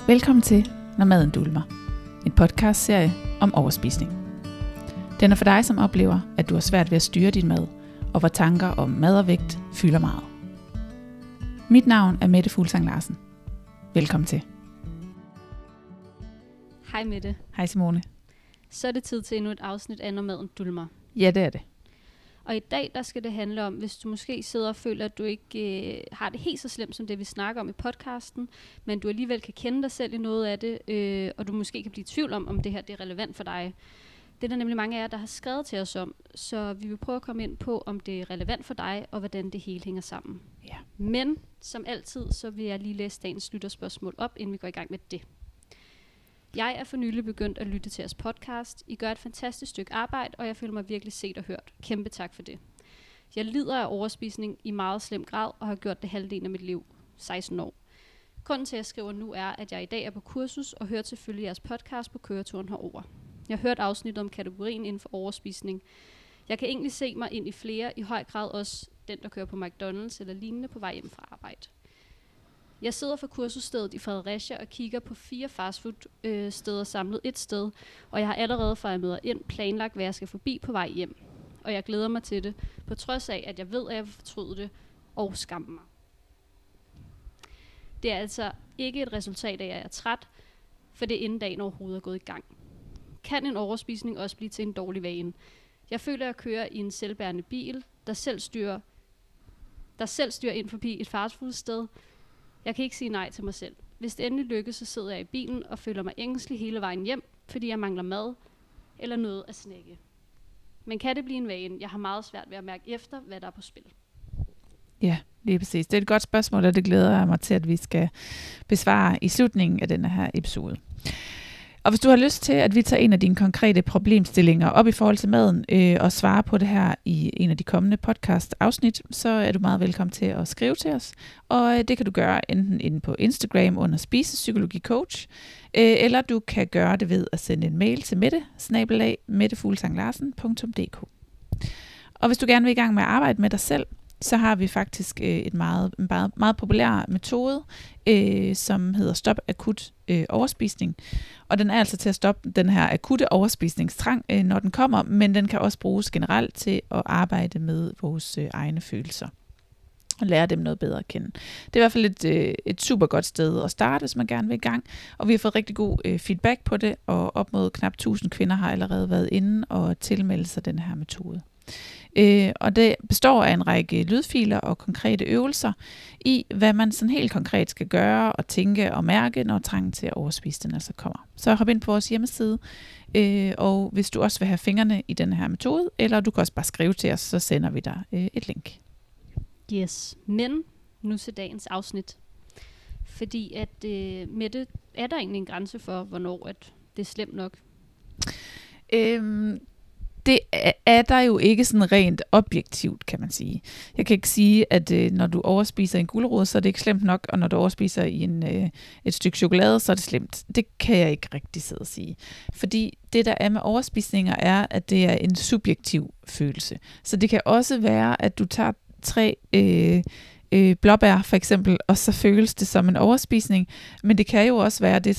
Velkommen til Når maden dulmer, en podcastserie om overspisning. Den er for dig, som oplever, at du har svært ved at styre din mad, og hvor tanker om mad og vægt fylder meget. Mit navn er Mette Fuglsang Larsen. Velkommen til. Hej Mette. Hej Simone. Så er det tid til endnu et afsnit af Når maden dulmer. Ja, det er det. Og i dag der skal det handle om, hvis du måske sidder og føler, at du ikke har det helt så slemt som det, vi snakker om i podcasten, men du alligevel kan kende dig selv i noget af det, og du måske kan blive i tvivl om det her det er relevant for dig. Det er der nemlig mange af jer, der har skrevet til os om, så vi vil prøve at komme ind på, om det er relevant for dig, og hvordan det hele hænger sammen. Ja. Men som altid, så vil jeg lige læse dagens lytterspørgsmål op, inden vi går i gang med det. Jeg er for nylig begyndt at lytte til jeres podcast. I gør et fantastisk stykke arbejde, og jeg føler mig virkelig set og hørt. Kæmpe tak for det. Jeg lider af overspisning i meget slem grad, og har gjort det halvdelen af mit liv, 16 år. Grunden til, at jeg skriver nu, er, at jeg i dag er på kursus, og hører selvfølgelig jeres podcast på køreturen herover. Jeg har hørt afsnittet om kategorien inden for overspisning. Jeg kan egentlig se mig ind i flere, i høj grad også den, der kører på McDonald's eller lignende på vej hjem fra arbejde. Jeg sidder for kursusstedet i Fredericia og kigger på 4 fastfood-steder samlet et sted, og jeg har allerede fra jeg møder ind planlagt, hvad jeg skal forbi på vej hjem. Og jeg glæder mig til det, på trods af, at jeg ved, at jeg vil fortryde det og skamme mig. Det er altså ikke et resultat af, at jeg er træt, for det er inden dagen overhovedet er gået i gang. Kan en overspisning også blive til en dårlig vane? Jeg føler, at jeg kører i en selvbærende bil, der selv styrer ind forbi et fastfoodsted. Jeg kan ikke sige nej til mig selv. Hvis det endelig lykkes, så sidder jeg i bilen og føler mig ængstelig hele vejen hjem, fordi jeg mangler mad eller noget at snakke. Men kan det blive en vane? Jeg har meget svært ved at mærke efter, hvad der er på spil. Ja, lige præcis. Det er et godt spørgsmål, og det glæder jeg mig til, at vi skal besvare i slutningen af denne her episode. Og hvis du har lyst til, at vi tager en af dine konkrete problemstillinger op i forhold til maden, og svarer på det her i en af de kommende podcast-afsnit, så er du meget velkommen til at skrive til os. Og det kan du gøre enten inde på Instagram under spisepsykologicoach, eller du kan gøre det ved at sende en mail til mette@mettefuglsanglarsen.dk. Og hvis du gerne vil i gang med at arbejde med dig selv, så har vi faktisk en meget populær metode, som hedder Stop Akut Overspisning. Og den er altså til at stoppe den her akutte overspisningstrang, når den kommer, men den kan også bruges generelt til at arbejde med vores egne følelser og lære dem noget bedre at kende. Det er i hvert fald et super godt sted at starte, hvis man gerne vil i gang. Og vi har fået rigtig god feedback på det, og op mod knap 1000 kvinder har allerede været inde og tilmeldt sig den her metode. Og det består af en række lydfiler og konkrete øvelser i, hvad man sådan helt konkret skal gøre og tænke og mærke, når trangen til at overspise den altså kommer. Så hop ind på vores hjemmeside, og hvis du også vil have fingrene i den her metode, eller du kan også bare skrive til os, så sender vi dig et link. Yes, men nu til dagens afsnit. Fordi at Mette, er der egentlig en grænse for, hvornår at det er slemt nok? Det er der jo ikke sådan rent objektivt, kan man sige. Jeg kan ikke sige, at når du overspiser en gulerod, så er det ikke slemt nok, og når du overspiser i et stykke chokolade, så er det slemt. Det kan jeg ikke rigtig sidde og sige. Fordi det, der er med overspisninger, er, at det er en subjektiv følelse. Så det kan også være, at du tager 3 blåbær for eksempel, og så føles det som en overspisning. Men det kan jo også være det,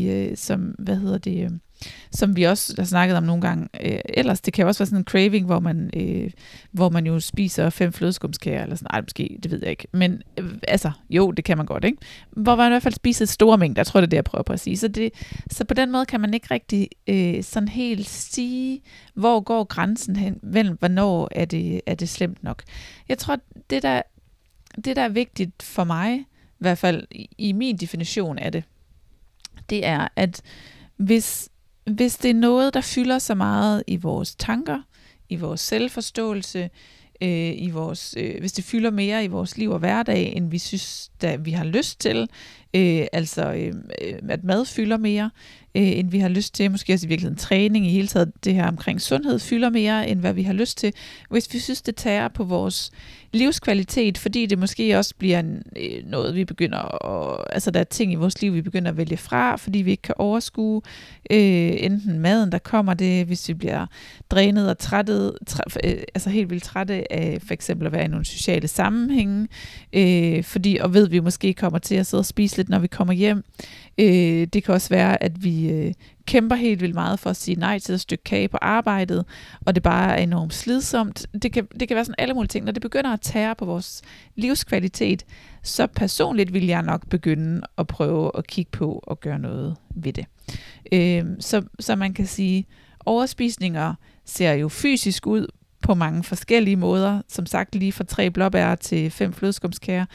som vi også har snakket om nogle gange. Ellers, det kan også være sådan en craving, hvor man jo spiser 5 flødeskumskager, eller sådan. Ej, måske, det ved jeg ikke. Men jo, det kan man godt, ikke? Hvor man i hvert fald spiser et store mængde. Jeg tror, det er det, jeg prøver på at sige. Så på den måde kan man ikke rigtig sådan helt sige, hvor går grænsen hen, hvornår er det slemt nok. Jeg tror, det der er vigtigt for mig, i hvert fald i min definition af det er, at hvis det er noget, der fylder så meget i vores tanker, i vores selvforståelse, hvis det fylder mere i vores liv og hverdag, end vi synes, vi har lyst til, at mad fylder mere, end vi har lyst til. Måske også i virkeligheden træning i hele taget. Det her omkring sundhed fylder mere, end hvad vi har lyst til. Hvis vi synes, det tager på vores livskvalitet, fordi det måske også bliver noget, vi begynder altså der er ting i vores liv, vi begynder at vælge fra, fordi vi ikke kan overskue enten maden, der kommer det, hvis vi bliver drænet og trættet, altså helt vildt trætte af for eksempel at være i nogle sociale sammenhænge, fordi, og ved vi måske kommer til at sidde og spise lidt, når vi kommer hjem. Det kan også være, at vi kæmper helt vildt meget for at sige nej til et stykke kage på arbejdet, og det bare er enormt slidsomt. Det kan være sådan alle mulige ting. Når det begynder at tære på vores livskvalitet, så personligt vil jeg nok begynde at prøve at kigge på og gøre noget ved det. Så man kan sige, overspisninger ser jo fysisk ud på mange forskellige måder. Som sagt, lige fra 3 blåbær til 5 flødeskumskager.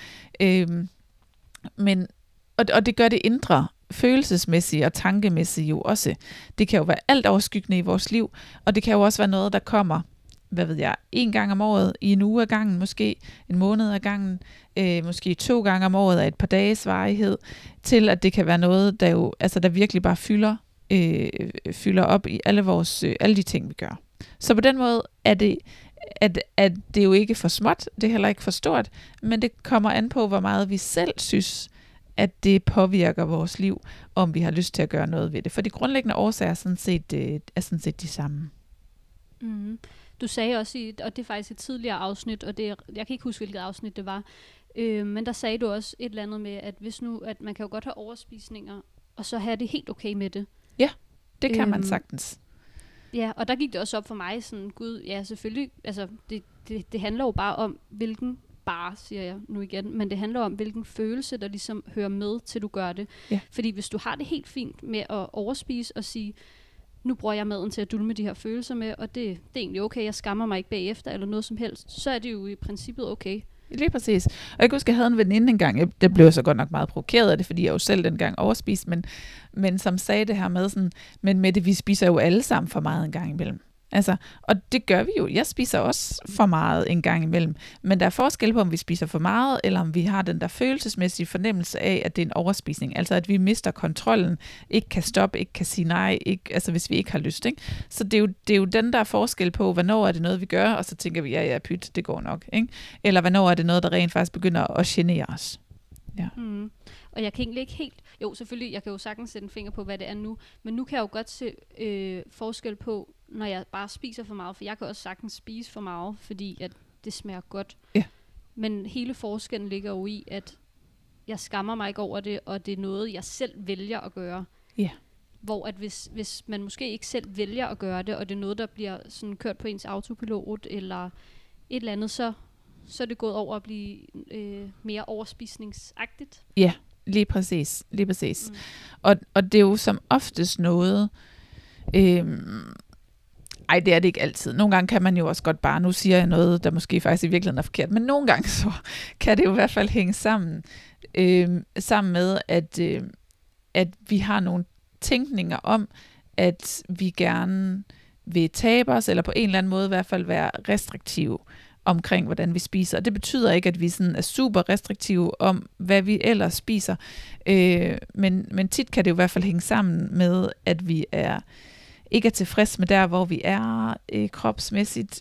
Og det gør det indre, følelsesmæssigt og tankemæssigt jo også. Det kan jo være alt overskyggende i vores liv, og det kan jo også være noget, der kommer, 1 gang om året, i en uge ad gangen, måske en måned ad gangen, måske 2 gange om året af et par dages varighed, til at det kan være noget, der jo, altså der virkelig bare fylder op i alle de ting, vi gør. Så på den måde er det, at det jo ikke for småt, det er heller ikke for stort, men det kommer an på, hvor meget vi selv synes, at det påvirker vores liv, om vi har lyst til at gøre noget ved det. For de grundlæggende årsager er sådan set de samme. Mm. Du sagde også, og det er faktisk et tidligere afsnit, og jeg kan ikke huske, hvilket afsnit det var, men der sagde du også et eller andet med, at hvis nu, at man kan jo godt have overspisninger, og så have det helt okay med det. Ja, det kan man sagtens. Ja, og der gik det også op for mig, sådan, gud, ja selvfølgelig, altså det handler jo bare om, hvilken siger jeg nu igen, men det handler om, hvilken følelse, der ligesom hører med, til du gør det. Ja. Fordi hvis du har det helt fint med at overspise og sige, nu bruger jeg maden til at dulme de her følelser med, og det er egentlig okay, jeg skammer mig ikke bagefter, eller noget som helst, så er det jo i princippet okay. Lige præcis. Og jeg kan huske, at jeg havde en veninde engang, det blev så godt nok meget provokeret af det, fordi jeg jo selv dengang overspiste, men som sagde det her med sådan, men med det, vi spiser jo alle sammen for meget en gang imellem. Altså, og det gør vi jo. Jeg spiser også for meget en gang imellem. Men der er forskel på, om vi spiser for meget, eller om vi har den der følelsesmæssige fornemmelse af, at det er en overspisning. Altså, at vi mister kontrollen, ikke kan stoppe, ikke kan sige nej, altså hvis vi ikke har lyst. Ikke? Så det er jo den der forskel på, hvornår er det noget, vi gør, og så tænker vi, ja, pyt, det går nok. Ikke? Eller hvornår er det noget, der rent faktisk begynder at genere os. Ja. Mm. Og jeg kan egentlig ikke helt... Jo, selvfølgelig, jeg kan jo sagtens sætte en finger på, hvad det er nu. Men nu kan jeg jo godt se forskel på, når jeg bare spiser for meget. For jeg kan også sagtens spise for meget, fordi at det smager godt. Ja. Men hele forskellen ligger jo i, at jeg skammer mig ikke over det, og det er noget, jeg selv vælger at gøre. Ja. Hvor at hvis man måske ikke selv vælger at gøre det, og det er noget, der bliver sådan kørt på ens autopilot, eller et eller andet, så er det gået over at blive mere overspisningsagtigt. Ja, lige præcis. Mm. Og det er jo som oftest noget... Ej, det er det ikke altid. Nogle gange kan man jo også godt bare... Nu siger jeg noget, der måske faktisk i virkeligheden er forkert, men nogle gange så kan det jo i hvert fald hænge sammen med, at vi har nogle tænkninger om, at vi gerne vil tabe os, eller på en eller anden måde i hvert fald være restriktive omkring, hvordan vi spiser. Og det betyder ikke, at vi sådan er super restriktive om, hvad vi ellers spiser. Men tit kan det jo i hvert fald hænge sammen med, at vi ikke er tilfreds med der, hvor vi er kropsmæssigt,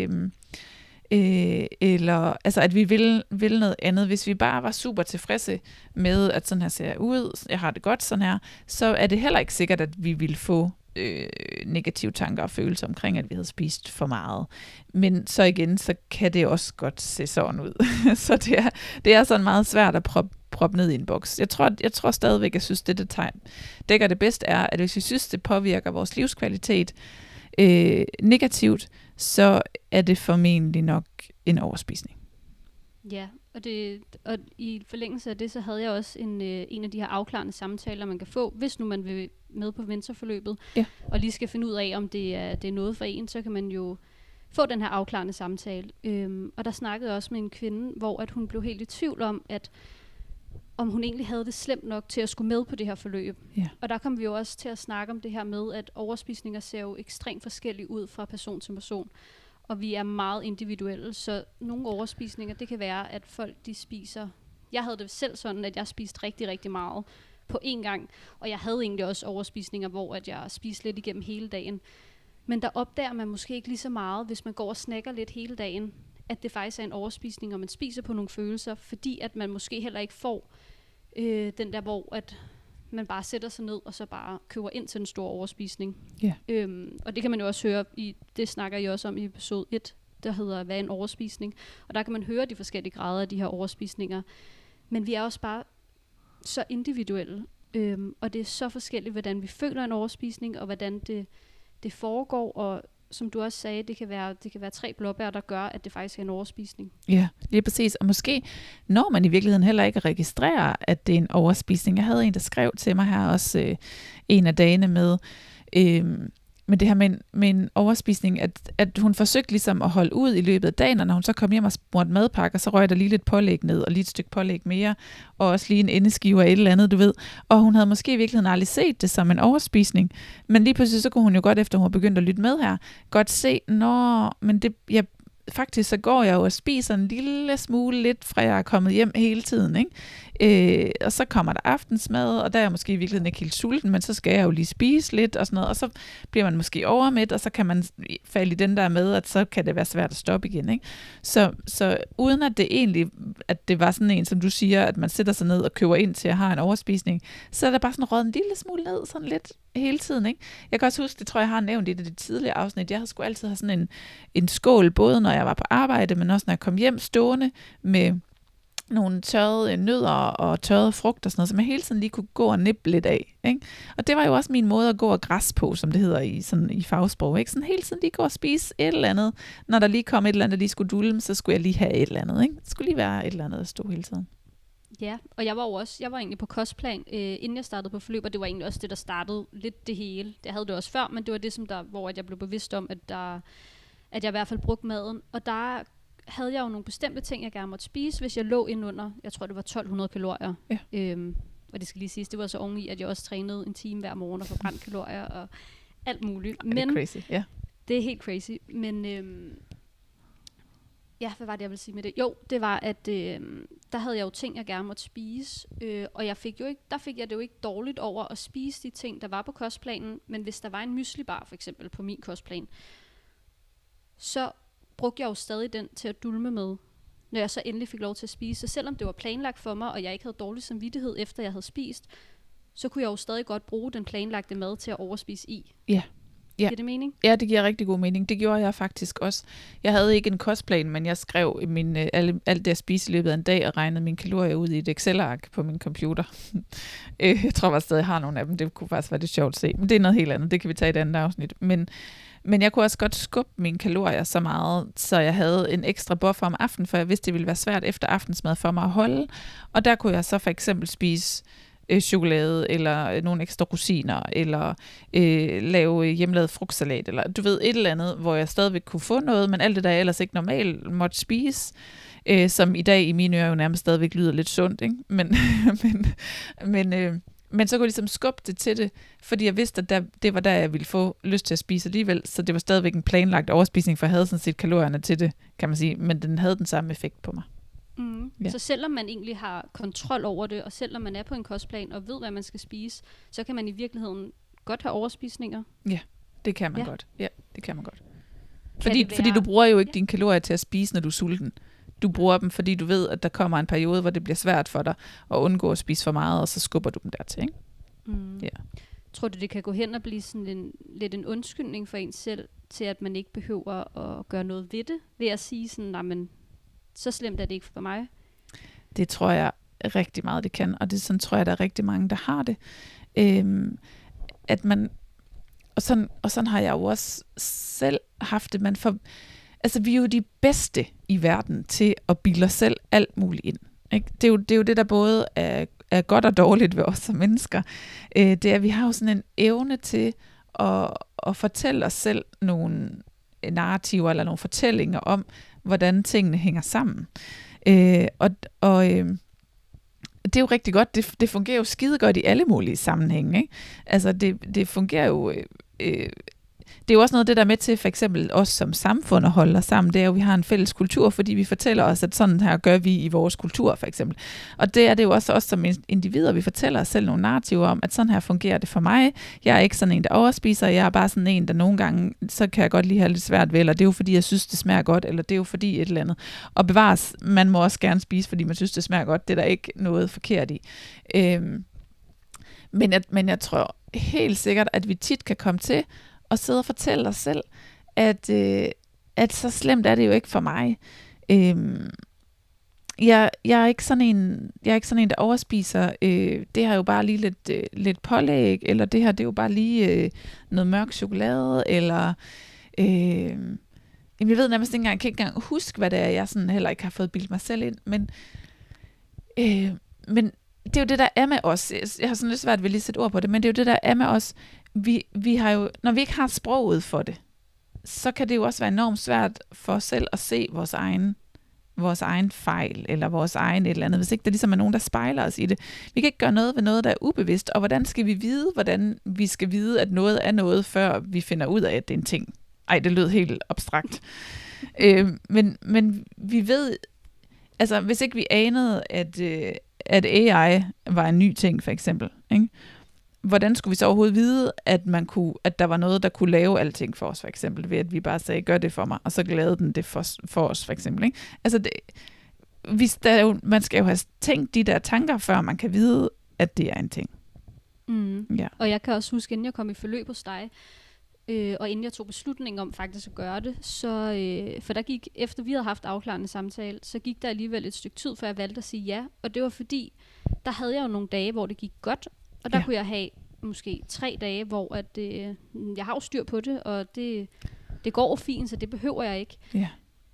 eller altså at vi vil noget andet. Hvis vi bare var super tilfredse med, at sådan her ser jeg ud, jeg har det godt sådan her, så er det heller ikke sikkert, at vi vil få negative tanker og følelser omkring, at vi havde spist for meget. Men så igen, så kan det også godt se sådan ud. Så det er sådan meget svært at proppe ned i en boks. Jeg tror stadigvæk, jeg synes, det dækker det bedste er, at hvis vi synes, det påvirker vores livskvalitet negativt, så er det formentlig nok en overspisning. Ja, og i forlængelse af det, så havde jeg også en af de her afklarende samtaler, man kan få, hvis nu man vil med på mentorforløbet, og lige skal finde ud af, om det er noget for en, så kan man jo få den her afklarende samtale. Og der snakkede jeg også med en kvinde, hvor at hun blev helt i tvivl om hun egentlig havde det slemt nok til at skulle med på det her forløb. Ja. Og der kom vi jo også til at snakke om det her med, at overspisninger ser jo ekstremt forskellige ud fra person til person. Og vi er meget individuelle, så nogle overspisninger, det kan være, at folk de spiser... Jeg havde det selv sådan, at jeg spiste rigtig, rigtig meget på én gang. Og jeg havde egentlig også overspisninger, hvor at jeg spiste lidt igennem hele dagen. Men der opdager man måske ikke lige så meget, hvis man går og snakker lidt hele dagen, at det faktisk er en overspisning, og man spiser på nogle følelser, fordi at man måske heller ikke får den der, hvor at man bare sætter sig ned, og så bare køber ind til en stor overspisning. Yeah. Og det kan man jo også høre, det snakker I også om i episode 1, der hedder, hvad er en overspisning? Og der kan man høre de forskellige grader af de her overspisninger. Men vi er også bare så individuelle, og det er så forskelligt, hvordan vi føler en overspisning, og hvordan det foregår, og som du også sagde, det kan være 3 blåbær, der gør, at det faktisk er en overspisning. Ja, lige præcis. Og måske når man i virkeligheden heller ikke registrerer, at det er en overspisning. Jeg havde en, der skrev til mig her også en af dagene med det her med en overspisning, at hun forsøgte ligesom at holde ud i løbet af dagen, og når hun så kom hjem og spurgte madpakker, så røg der lige lidt pålæg ned, og lige et stykke pålæg mere, og også lige en endeskive af et eller andet, du ved. Og hun havde måske i virkeligheden aldrig set det som en overspisning, men lige pludselig så kunne hun jo godt, efter hun var begyndt at lytte med her, godt se, men faktisk så går jeg jo og spiser en lille smule lidt, fra jeg er kommet hjem hele tiden, ikke? Og så kommer der aftensmad, og der er jeg måske i virkeligheden ikke helt sulten, men så skal jeg jo lige spise lidt og sådan noget, og så bliver man måske overmæt, og så kan man falde i den der med, at så kan det være svært at stoppe igen, ikke? Så uden at det var sådan en, som du siger, at man sætter sig ned og køber ind til at have en overspisning, så er der bare sådan røget en lille smule ned, sådan lidt hele tiden, ikke? Jeg kan også huske, det tror jeg har nævnt i det tidligere afsnit, jeg havde sgu altid have sådan en skål, både når jeg var på arbejde, men også når jeg kom hjem stående med nogle tørrede nødder og tørrede frugt og sådan noget, som jeg hele tiden lige kunne gå og nippe lidt af, ikke? Og det var jo også min måde at gå og græs på, som det hedder i fagsprog, ikke? Sådan hele tiden lige gå og spise et eller andet. Når der lige kom et eller andet, der lige skulle dulme, så skulle jeg lige have et eller andet, ikke? Det skulle lige være et eller andet, der stod hele tiden. Ja, og jeg var egentlig på kostplan, inden jeg startede på forløb, og det var egentlig også det, der startede lidt det hele. Det havde det også før, men det var det, hvor jeg blev bevidst om, at jeg i hvert fald brugte maden. Og der havde jeg jo nogle bestemte ting, jeg gerne måtte spise, hvis jeg lå ind under, jeg tror, det var 1200 kalorier. Ja. Og det skal lige siges, det var så oveni, at jeg også trænede en time hver morgen og forbrændte kalorier og alt muligt. Men, det er crazy, ja. Det er helt crazy, men ja, hvad var det, jeg ville sige med det? Jo, det var, at der havde jeg jo ting, jeg gerne måtte spise, og der fik jeg det jo ikke dårligt over at spise de ting, der var på kostplanen, men hvis der var en müslibar for eksempel på min kostplan, så brugte jeg jo stadig den til at dulme med, når jeg så endelig fik lov til at spise. Så selvom det var planlagt for mig, og jeg ikke havde dårlig samvittighed efter jeg havde spist, så kunne jeg jo stadig godt bruge den planlagte mad til at overspise i. Ja. Ja. Giver det mening? Ja, det giver rigtig god mening. Det gjorde jeg faktisk også. Jeg havde ikke en kostplan, men jeg skrev alt det, jeg spiste i løbet af en dag, og regnede mine kalorier ud i et Excel-ark på min computer. Jeg tror bare stadig, jeg har nogle af dem. Det kunne faktisk være lidt sjovt at se. Men det er noget helt andet. Det kan vi tage i et andet afsnit. Men jeg kunne også godt skubbe mine kalorier så meget, så jeg havde en ekstra buffer om aftenen, for jeg vidste, det ville være svært efter aftensmad for mig at holde. Og der kunne jeg så for eksempel spise chokolade, eller nogle ekstra rosiner, eller lave hjemmelavet frugtsalat, eller du ved, et eller andet, hvor jeg stadigvæk kunne få noget, men alt det, der jeg ellers ikke normalt måtte spise, som i dag i mine ører jo nærmest stadigvæk lyder lidt sundt, ikke? Men så kunne jeg ligesom skubbe det til det, fordi jeg vidste, at det var der, jeg ville få lyst til at spise alligevel, så det var stadigvæk en planlagt overspisning, for jeg havde sådan set kalorierne til det, kan man sige, men den havde den samme effekt på mig. Mm. Ja. Så selvom man egentlig har kontrol over det, og selvom man er på en kostplan og ved, hvad man skal spise, så kan man i virkeligheden godt have overspisninger. Ja, det kan man godt. Ja, det kan man godt. Fordi du bruger jo ikke dine kalorier til at spise, når du er sulten. Du bruger dem, fordi du ved, at der kommer en periode, hvor det bliver svært for dig at undgå at spise for meget, og så skubber du dem dertil, ikke? Mm. Ja. Tror du, det kan gå hen og blive sådan lidt en undskyldning for en selv, til at man ikke behøver at gøre noget ved det, ved at sige sådan, nej, men så slemt er det ikke for mig? Det tror jeg rigtig meget, det kan, og det sådan tror jeg, der er rigtig mange, der har det. At man, og sådan har jeg jo også selv haft det, altså vi er jo de bedste i verden til at bilde os selv alt muligt ind. Ikke? Det er jo det, der både er godt og dårligt ved os som mennesker. Det er, at vi har jo sådan en evne til at fortælle os selv nogle narrativer eller nogle fortællinger om, hvordan tingene hænger sammen. Det er jo rigtig godt. Det fungerer jo skide godt i alle mulige sammenhænge. Ikke? Altså det fungerer jo... det er jo også noget af det, der er med til for eksempel os som samfund at holde os sammen. Det er jo, at vi har en fælles kultur, fordi vi fortæller os, at sådan her gør vi i vores kultur for eksempel. Og det er det jo også os som individer, vi fortæller os selv nogle narrativer om, at sådan her fungerer det for mig. Jeg er ikke sådan en, der overspiser, jeg er bare sådan en, der nogle gange, så kan jeg godt lige have lidt svært ved, eller det er jo fordi, jeg synes, det smager godt, eller det er jo fordi et eller andet. Og bevares, man må også gerne spise, fordi man synes, det smager godt. Det er der ikke noget forkert i. Men jeg tror helt sikkert, at vi tit kan komme til at sidde og fortælle os selv, at så slemt er det jo ikke for mig. Jeg er ikke sådan en, der overspiser. Det her er jo bare lige lidt pålæg, eller det her det er jo bare lige noget mørk chokolade, eller jeg ved nærmest ikke engang, jeg kan ikke engang huske, hvad det er, jeg sådan heller ikke har fået bildt mig selv ind, men det er jo det, der er med os. Jeg har sådan lidt svært ved lige at sætte ord på det, men det er jo det, der er med os. Vi har jo, når vi ikke har sproget for det, så kan det jo også være enormt svært for os selv at se vores egen fejl, eller vores egen et eller andet, hvis ikke der ligesom er nogen, der spejler os i det. Vi kan ikke gøre noget ved noget, der er ubevidst, og hvordan skal vi vide, hvordan vi skal vide, at noget er noget, før vi finder ud af, at det er en ting. Ej, det lød helt abstrakt. Men vi ved, altså hvis ikke vi anede, at AI var en ny ting, for eksempel, ikke? Hvordan skulle vi så overhovedet vide, at der var noget, der kunne lave alting for os, for eksempel, ved at vi bare sagde, gør det for mig, og så lavede den det for os, for eksempel. Ikke? Altså, man skal jo have tænkt de der tanker, før man kan vide, at det er en ting. Ja. Og jeg kan også huske, inden jeg kom i forløb hos dig, og inden jeg tog beslutningen om faktisk at gøre det, så, for der gik, efter vi havde haft afklarende samtale, så gik der alligevel et stykke tid, før jeg valgte at sige ja, og det var fordi, der havde jeg jo nogle dage, hvor det gik godt, og der kunne jeg have måske 3 dage, hvor jeg har jo styr på det, og det går fint, så det behøver jeg ikke. Ja.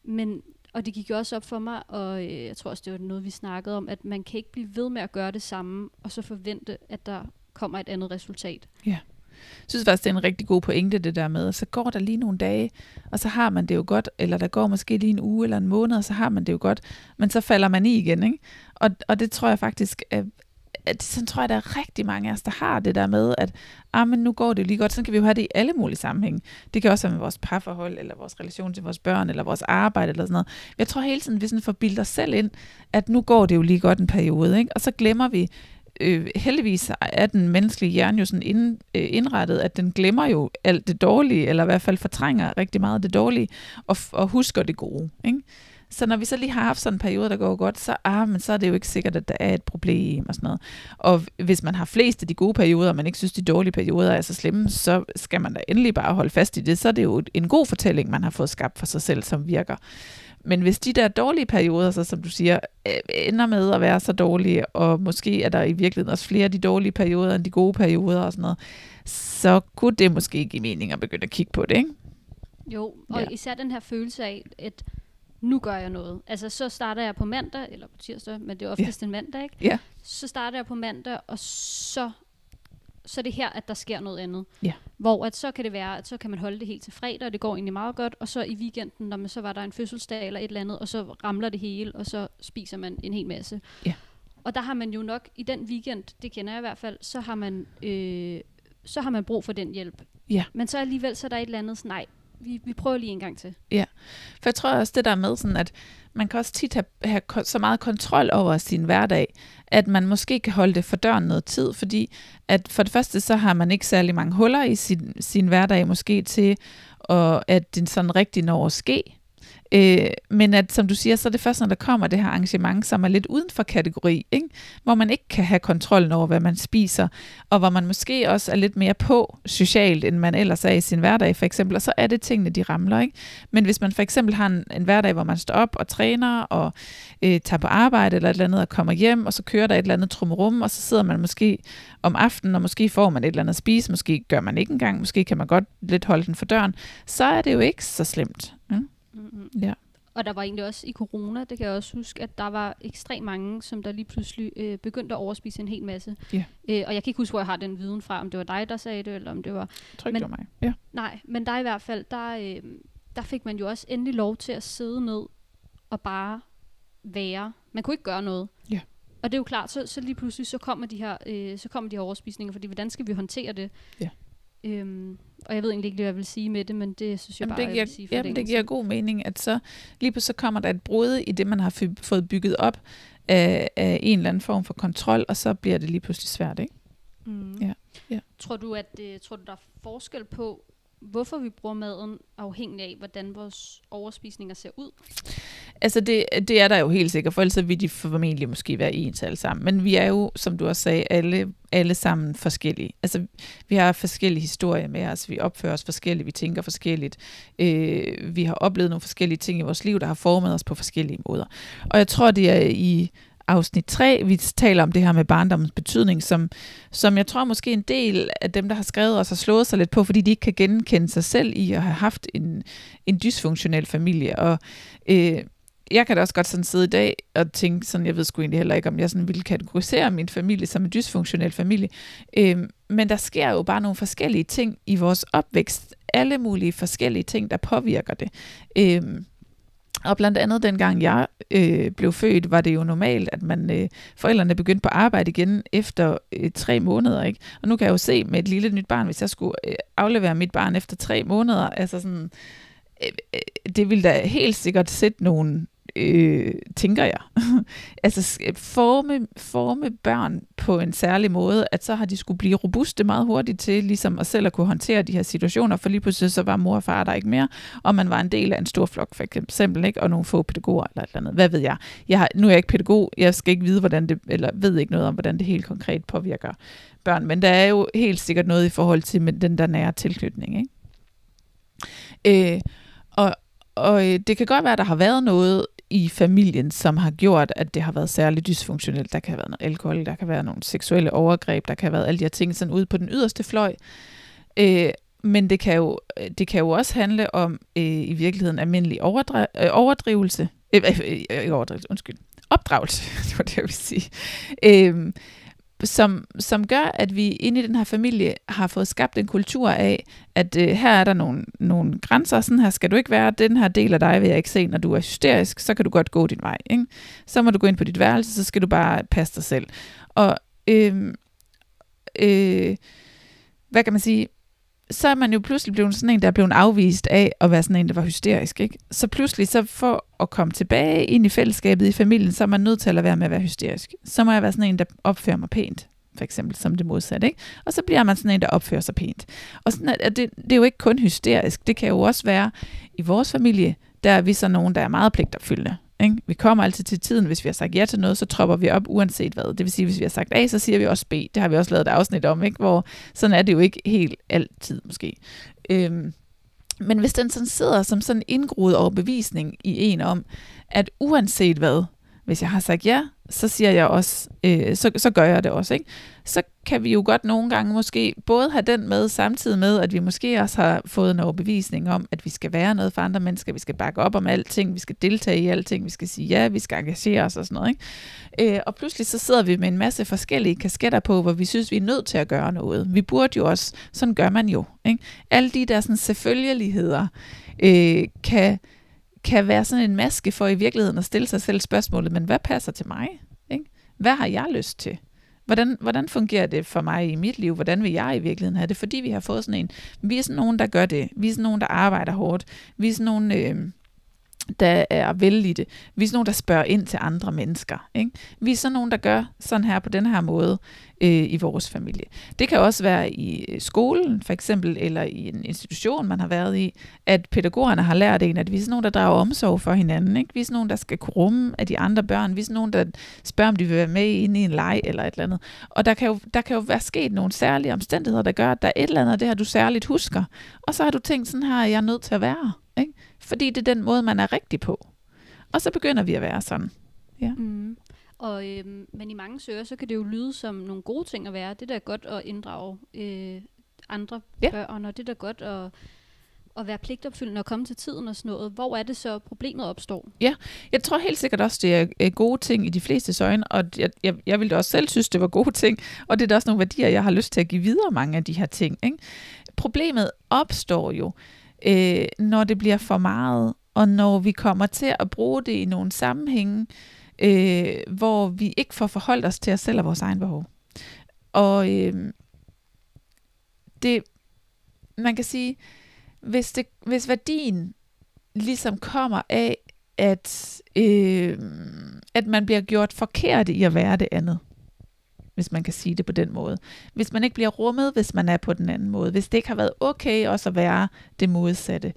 Og det gik jo også op for mig, og jeg tror også, det var noget, vi snakkede om, at man kan ikke blive ved med at gøre det samme, og så forvente, at der kommer et andet resultat. Ja. Jeg synes faktisk, det er en rigtig god pointe, det der med, at så går der lige nogle dage, og så har man det jo godt, eller der går måske lige en uge eller en måned, og så har man det jo godt, men så falder man i igen, ikke? Og det tror jeg faktisk, sådan tror jeg, der er rigtig mange af os, der har det der med, at men nu går det jo lige godt, så kan vi jo have det i alle mulige sammenhænge. Det kan også være med vores parforhold, eller vores relation til vores børn, eller vores arbejde, eller sådan noget. Jeg tror hele tiden, vi sådan får bildet os selv ind, at nu går det jo lige godt en periode, ikke? Og så glemmer vi, heldigvis er den menneskelige hjerne jo sådan indrettet, at den glemmer jo alt det dårlige, eller i hvert fald fortrænger rigtig meget af det dårlige, og husker det gode, ikke? Så når vi så lige har haft sådan en periode, der går godt, men så er det jo ikke sikkert, at der er et problem og sådan noget. Og hvis man har flest af de gode perioder, og man ikke synes, de dårlige perioder er så slemme, så skal man da endelig bare holde fast i det. Så er det jo en god fortælling, man har fået skabt for sig selv, som virker. Men hvis de der dårlige perioder, så som du siger, ender med at være så dårlige, og måske er der i virkeligheden også flere af de dårlige perioder end de gode perioder og sådan noget, så kunne det måske give mening at begynde at kigge på det, ikke? Jo, og især den her følelse af, at nu gør jeg noget. Altså, så starter jeg på mandag, eller på tirsdag, men det er oftest en mandag, ikke? Ja. Så starter jeg på mandag, og så er det her, at der sker noget andet. Ja. Hvor at så kan det være, at så kan man holde det helt til fredag, og det går egentlig meget godt, og så i weekenden, når man så var der en fødselsdag eller et eller andet, og så ramler det hele, og så spiser man en hel masse. Ja. Og der har man jo nok, i den weekend, det kender jeg i hvert fald, så har man brug for den hjælp. Ja. Men så alligevel, så er der et eller andet sådan, nej, vi prøver lige en gang til. Ja, for jeg tror også det der med sådan, at man kan også tit have så meget kontrol over sin hverdag, at man måske kan holde det for døren noget tid, fordi at for det første, så har man ikke særlig mange huller i sin hverdag måske til, at det sådan rigtig når at ske. Men at, som du siger, så er det først, når der kommer det her arrangement, som er lidt uden for kategori, ikke? Hvor man ikke kan have kontrollen over, hvad man spiser, og hvor man måske også er lidt mere på socialt, end man ellers er i sin hverdag, for eksempel, og så er det tingene, de ramler, ikke? Men hvis man for eksempel har en hverdag, hvor man står op og træner, og tager på arbejde eller et eller andet, og kommer hjem, og så kører der et eller andet trummerum, og så sidder man måske om aftenen, og måske får man et eller andet at spise, måske gør man ikke engang, måske kan man godt lidt holde den for døren, så er det jo ikke så slemt. Mm-hmm. Ja. Og der var egentlig også i corona, det kan jeg også huske, at der var ekstremt mange, som der lige pludselig begyndte at overspise en hel masse. Ja. Og jeg kan ikke huske, hvor jeg har den viden fra, om det var dig, der sagde det, eller om det var... Jeg tror ikke, det var mig. Ja. Nej, men der i hvert fald, der fik man jo også endelig lov til at sidde ned og bare være. Man kunne ikke gøre noget. Ja. Og det er jo klart, så lige pludselig, så kommer de her overspisninger, fordi hvordan skal vi håndtere det? Ja. Og jeg ved egentlig ikke, hvad jeg vil sige med det, men det synes jeg bare, jeg vil sige for det giver god mening, at så lige pludselig kommer der et brud i det, man har fået bygget op af en eller anden form for kontrol, og så bliver det lige pludselig svært, ikke? Ja. Tror du, der er forskel på, hvorfor vi bruger maden, afhængig af, hvordan vores overspisninger ser ud? Altså det er der jo helt sikkert, for ellers vil de formentlig måske være ens alle sammen. Men vi er jo, som du også sagde, alle sammen forskellige. Altså vi har forskellige historier med os, vi opfører os forskelligt, vi tænker forskelligt. Vi har oplevet nogle forskellige ting i vores liv, der har formet os på forskellige måder. Og jeg tror, det er i afsnit 3, vi taler om det her med barndommens betydning, som jeg tror måske en del af dem, der har skrevet os, har slået sig lidt på, fordi de ikke kan genkende sig selv i at have haft en dysfunktionel familie. Og jeg kan da også godt sådan sidde i dag og tænke sådan, jeg ved sgu egentlig heller ikke, om jeg sådan ville kategorisere min familie som en dysfunktionel familie. Men der sker jo bare nogle forskellige ting i vores opvækst. Alle mulige forskellige ting, der påvirker det. Og blandt andet dengang jeg blev født, var det jo normalt, at forældrene begyndte på arbejde igen efter 3 måneder, ikke? Og nu kan jeg jo se med et lille nyt barn, hvis jeg skulle aflevere mit barn efter 3 måneder, altså sådan, det ville da helt sikkert sætte nogle, tænker jeg, altså forme børn på en særlig måde, at så har de skulle blive robuste meget hurtigt til ligesom at selv at kunne håndtere de her situationer, for lige pludselig så var mor og far der ikke mere, og man var en del af en stor flok for eksempel, ikke? Og nogle få pædagoger eller et eller andet. Hvad ved jeg? Nu er jeg ikke pædagog, jeg skal ikke vide, hvordan det, eller ved ikke noget om, hvordan det helt konkret påvirker børn, men der er jo helt sikkert noget i forhold til med den der nære tilknytning, ikke? Og det kan godt være, at der har været noget i familien, som har gjort, at det har været særligt dysfunktionelt. Der kan have været noget alkohol, der kan være nogle seksuelle overgreb, der kan have været alle de her ting sådan ude på den yderste fløj. Men det kan jo også handle om i virkeligheden almindelig opdragelse. Opdragelse, det var det, jeg ville sige. Som gør, at vi inde i den her familie har fået skabt en kultur af, at her er der nogle grænser, sådan her skal du ikke være, den her del af dig vil jeg ikke se, når du er hysterisk, så kan du godt gå din vej, ikke? Så må du gå ind på dit værelse, så skal du bare passe dig selv. Og hvad kan man sige, så er man jo pludselig blevet sådan en, der er blevet afvist af at være sådan en, der var hysterisk, ikke? Så pludselig, så for at komme tilbage ind i fællesskabet i familien, så er man nødt til at lade være med at være hysterisk. Så må jeg være sådan en, der opfører mig pænt, for eksempel, som det modsatte, ikke? Og så bliver man sådan en, der opfører sig pænt. Og sådan, at det er jo ikke kun hysterisk, det kan jo også være i vores familie, der er vi så nogen, der er meget pligtopfyldende. Ikke? Vi kommer altid til tiden, hvis vi har sagt ja til noget, så tropper vi op uanset hvad. Det vil sige, hvis vi har sagt A, så siger vi også B. Det har vi også lavet et afsnit om, ikke? Hvor sådan er det jo ikke helt altid måske. Men hvis den sådan sidder som sådan en indgroet overbevisning i en om, at uanset hvad, hvis jeg har sagt ja, så siger jeg også, så gør jeg det også, ikke? Så kan vi jo godt nogle gange måske både have den med, samtidig med, at vi måske også har fået en overbevisning om, at vi skal være noget for andre mennesker, vi skal bakke op om alting, vi skal deltage i alting, vi skal sige ja, vi skal engagere os og sådan noget, ikke? Og pludselig så sidder vi med en masse forskellige kasketter på, hvor vi synes, vi er nødt til at gøre noget. Vi burde jo også, sådan gør man jo, ikke? Alle de der sådan selvfølgeligheder kan være sådan en maske for i virkeligheden at stille sig selv spørgsmålet, men hvad passer til mig? Ikke? Hvad har jeg lyst til? Hvordan fungerer det for mig i mit liv? Hvordan vil jeg i virkeligheden have det? Fordi vi har fået sådan en, vi er sådan nogen, der gør det. Vi er sådan nogen, der arbejder hårdt. Vi er sådan nogen, der er vellidte. Vi er sådan nogen, der spørger ind til andre mennesker. Ikke? Vi er sådan nogen, der gør sådan her på den her måde i vores familie. Det kan også være i skolen for eksempel, eller i en institution, man har været i, at pædagogerne har lært en, at vi er sådan nogen, der drager omsorg for hinanden. Ikke? Vi er sådan nogen, der skal kunne rumme af de andre børn. Vi er sådan nogen, der spørger, om de vil være med inde i en leg eller et eller andet. Og der kan jo være sket nogle særlige omstændigheder, der gør, at der er et eller andet af det her, du særligt husker. Og så har du tænkt sådan her, jeg er nødt til at være. Ikke? Fordi det er den måde, man er rigtig på. Og så begynder vi at være sådan. Ja. Mm. Men i mange søger, så kan det jo lyde som nogle gode ting at være. Det er da godt at inddrage andre børn, og det er da godt at være pligtopfyldende og komme til tiden og sådan noget. Hvor er det så, problemet opstår? Ja, jeg tror helt sikkert også, det er gode ting i de fleste øjne, og jeg ville da også selv synes, det var gode ting, og det er da også nogle værdier, jeg har lyst til at give videre mange af de her ting. Ikke? Problemet opstår jo, når det bliver for meget, og når vi kommer til at bruge det i nogle sammenhænge, hvor vi ikke får forholdt os til os selv og vores egen behov. Og man kan sige, hvis værdien ligesom kommer af, at man bliver gjort forkert i at være det andet, hvis man kan sige det på den måde. Hvis man ikke bliver rummet, hvis man er på den anden måde. Hvis det ikke har været okay også at være det modsatte,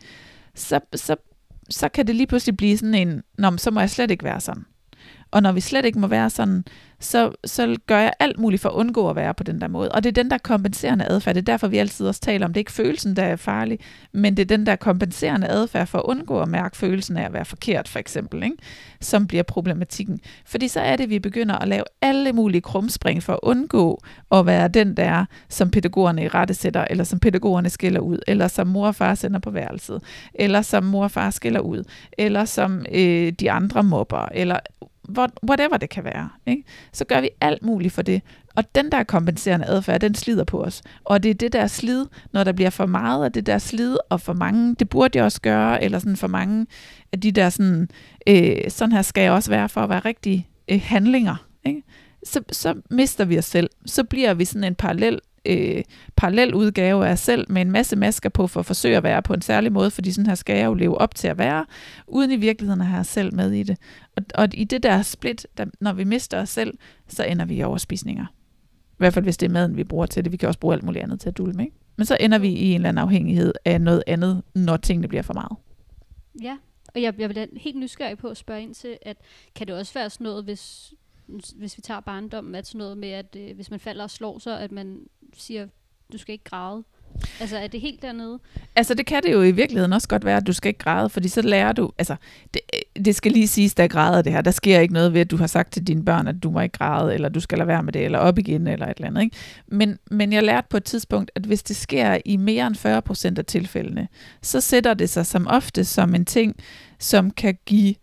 så kan det lige pludselig blive sådan så må jeg slet ikke være sådan. Og når vi slet ikke må være sådan, så gør jeg alt muligt for at undgå at være på den der måde. Og det er den der kompenserende adfærd. Det er derfor, vi altid også taler om, det er ikke følelsen, der er farlig, men det er den der kompenserende adfærd for at undgå at mærke følelsen af at være forkert, for eksempel, ikke? Som bliver problematikken. Fordi så er det, vi begynder at lave alle mulige krumspring for at undgå at være den der, som pædagogerne i rette sætter, eller som pædagogerne skiller ud, eller som mor og far sender på værelset, eller som mor og far skiller ud, eller som de andre mobber, eller whatever det kan være, ikke? Så gør vi alt muligt for det. Og den der kompenserende adfærd, den slider på os. Og det er det der slid, når der bliver for meget af det der slid, og for mange, det burde jeg også gøre, eller sådan for mange af de der sådan, sådan her skal jeg også være for at være rigtige handlinger, ikke? Så mister vi os selv. Så bliver vi sådan en parallel udgave af os selv med en masse masker på for at forsøge at være på en særlig måde, fordi sådan her skal jeg jo leve op til at være, uden i virkeligheden at have os selv med i det. Og i det der split, når vi mister os selv, så ender vi i overspisninger. I hvert fald hvis det er maden, vi bruger til det. Vi kan også bruge alt muligt andet til at dulme, ikke? Men så ender vi i en eller anden afhængighed af noget andet, når tingene bliver for meget. Ja, og jeg bliver helt nysgerrig på at spørge ind til, at kan det også være sådan noget, hvis vi tager barndommen, at sådan noget med, at hvis man falder og slår sig, at man siger, du skal ikke græde. Altså, er det helt dernede? Altså, det kan det jo i virkeligheden også godt være, at du skal ikke græde, fordi så lærer du, altså, det skal lige siges, der græder det her. Der sker ikke noget ved, at du har sagt til dine børn, at du må ikke græde, eller du skal lade være med det, eller op igen, eller et eller andet, ikke? Men jeg lærte på et tidspunkt, at hvis det sker i mere end 40% af tilfældene, så sætter det sig som ofte som en ting, som kan give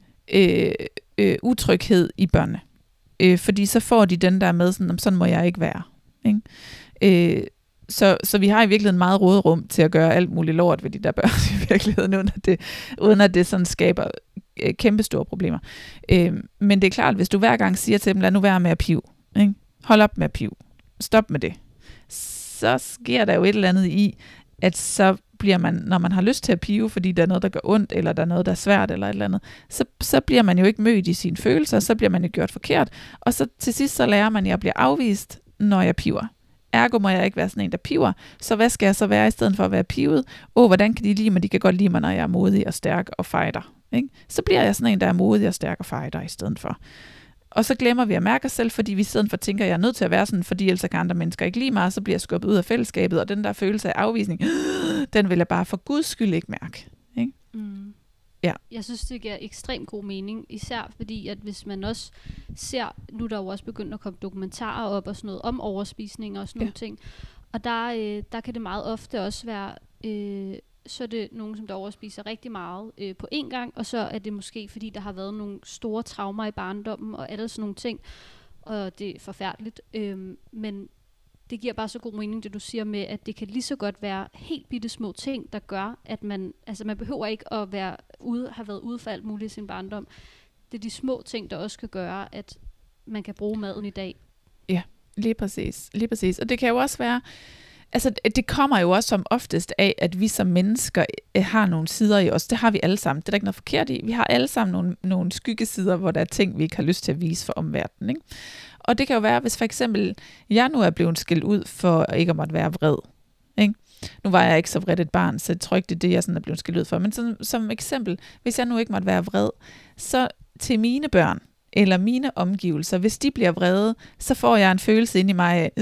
utryghed i børnene. Fordi så får de den der med, sådan må jeg ikke være, ikke? Så vi har i virkeligheden meget råderum til at gøre alt muligt lort ved de der børn i virkeligheden, uden at det sådan skaber kæmpe store problemer. Men det er klart, hvis du hver gang siger til dem, lad nu være med at pive, ikke? Hold op med at pive, stop med det, så sker der jo et eller andet i, at så bliver man, når man har lyst til at pive, fordi der er noget, der gør ondt, eller der er noget, der er svært, eller et eller andet, så bliver man jo ikke mødt i sine følelser, så bliver man jo gjort forkert, og så til sidst så lærer man, at jeg bliver afvist, når jeg piver. Ergo må jeg ikke være sådan en, der piver, så hvad skal jeg så være i stedet for at være pivet? Hvordan kan de lide mig? De kan godt lide mig, når jeg er modig og stærk og fighter, ikke? Så bliver jeg sådan en, der er modig og stærk og fighter i stedet for. Og så glemmer vi at mærke os selv, fordi vi i stedet for tænker, at jeg er nødt til at være sådan, fordi ellers kan andre mennesker ikke lide mig, og så bliver jeg skubbet ud af fællesskabet, og den der følelse af afvisning, den vil jeg bare for guds skyld ikke mærke, ikke? Mm. Ja. Jeg synes, det giver ekstremt god mening, især fordi, at hvis man også ser, nu er der jo også begyndt at komme dokumentarer op og sådan noget om overspisning og sådan nogle ting, og der kan det meget ofte også være, så er det nogen, som der overspiser rigtig meget på én gang, og så er det måske, fordi der har været nogle store traumer i barndommen og alle sådan nogle ting, og det er forfærdeligt, men det giver bare så god mening, det du siger med, at det kan lige så godt være helt bitte små ting, der gør, at man behøver ikke at have været ude for alt muligt i sin barndom. Det er de små ting, der også kan gøre, at man kan bruge maden i dag. Ja, lige præcis. Og det kan jo også være, altså det kommer jo også som oftest af, at vi som mennesker har nogle sider i os. Det har vi alle sammen. Det er der ikke noget forkert i. Vi har alle sammen nogle skyggesider, hvor der er ting, vi ikke har lyst til at vise for omverdenen, ikke? Og det kan jo være, hvis for eksempel jeg nu er blevet skilt ud for ikke at måtte være vred, ikke? Nu var jeg ikke så vredt et barn, så jeg tror ikke, det er det, jeg sådan er blevet skilt ud for. Men som eksempel, hvis jeg nu ikke måtte være vred, så til mine børn eller mine omgivelser, hvis de bliver vrede, så får jeg en følelse inde i mig af,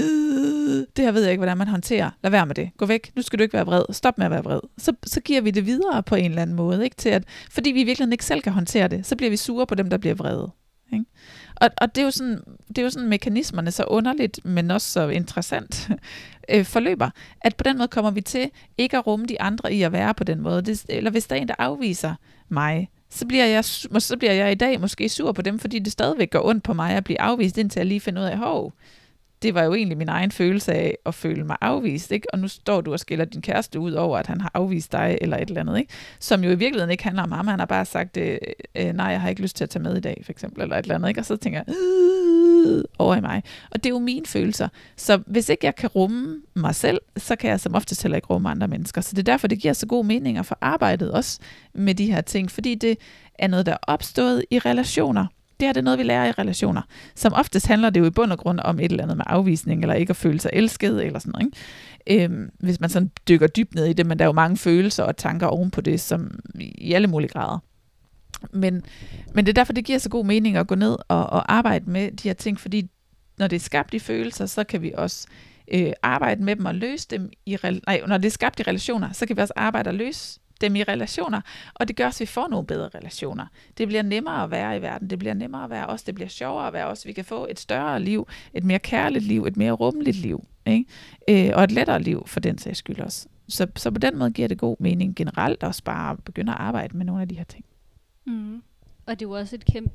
det her ved jeg ikke, hvordan man håndterer. Lad være med det. Gå væk. Nu skal du ikke være vred. Stop med at være vred. Så giver vi det videre på en eller anden måde, ikke? Fordi vi virkelig ikke selv kan håndtere det, så bliver vi sure på dem, der bliver vrede, ikke? Og det er jo sådan mekanismerne så underligt, men også så interessant forløber, at på den måde kommer vi til ikke at rumme de andre i at være på den måde. Eller hvis der er en, der afviser mig, så bliver jeg i dag måske sur på dem, fordi det stadigvæk gør ondt på mig at blive afvist, indtil jeg lige finder ud af, det var jo egentlig min egen følelse af at føle mig afvist, ikke? Og nu står du og skiller din kæreste ud over, at han har afvist dig, eller et eller andet, ikke? Som jo i virkeligheden ikke handler om ham. Han har bare sagt, nej, jeg har ikke lyst til at tage med i dag, for eksempel, eller et eller andet, ikke? Og så tænker jeg, over i mig. Og det er jo mine følelser. Så hvis ikke jeg kan rumme mig selv, så kan jeg som oftest heller ikke rumme andre mennesker. Så det er derfor, det giver så god mening at få arbejdet også med de her ting, fordi det er noget, der er opstået i relationer. Det er noget, vi lærer i relationer. Som oftest handler det jo i bund og grund om et eller andet med afvisning, eller ikke at føle sig elsket, eller sådan noget, ikke? Hvis man sådan dykker dybt ned i det, men der er jo mange følelser og tanker ovenpå det, som i alle mulige grader. Men det er derfor, det giver så god mening at gå ned og arbejde med de her ting, fordi når det er skabt i følelser, så kan vi også arbejde med dem og løse dem når det er skabt i relationer, så kan vi også arbejde og løse dem i relationer, og det gør også, at vi får nogle bedre relationer. Det bliver nemmere at være i verden, det bliver nemmere at være os, det bliver sjovere at være os, vi kan få et større liv, et mere kærligt liv, et mere rummeligt liv, ikke? Og et lettere liv for den sags skyld også. Så på den måde giver det god mening generelt også bare at begynde at arbejde med nogle af de her ting. Mm. Og det er jo også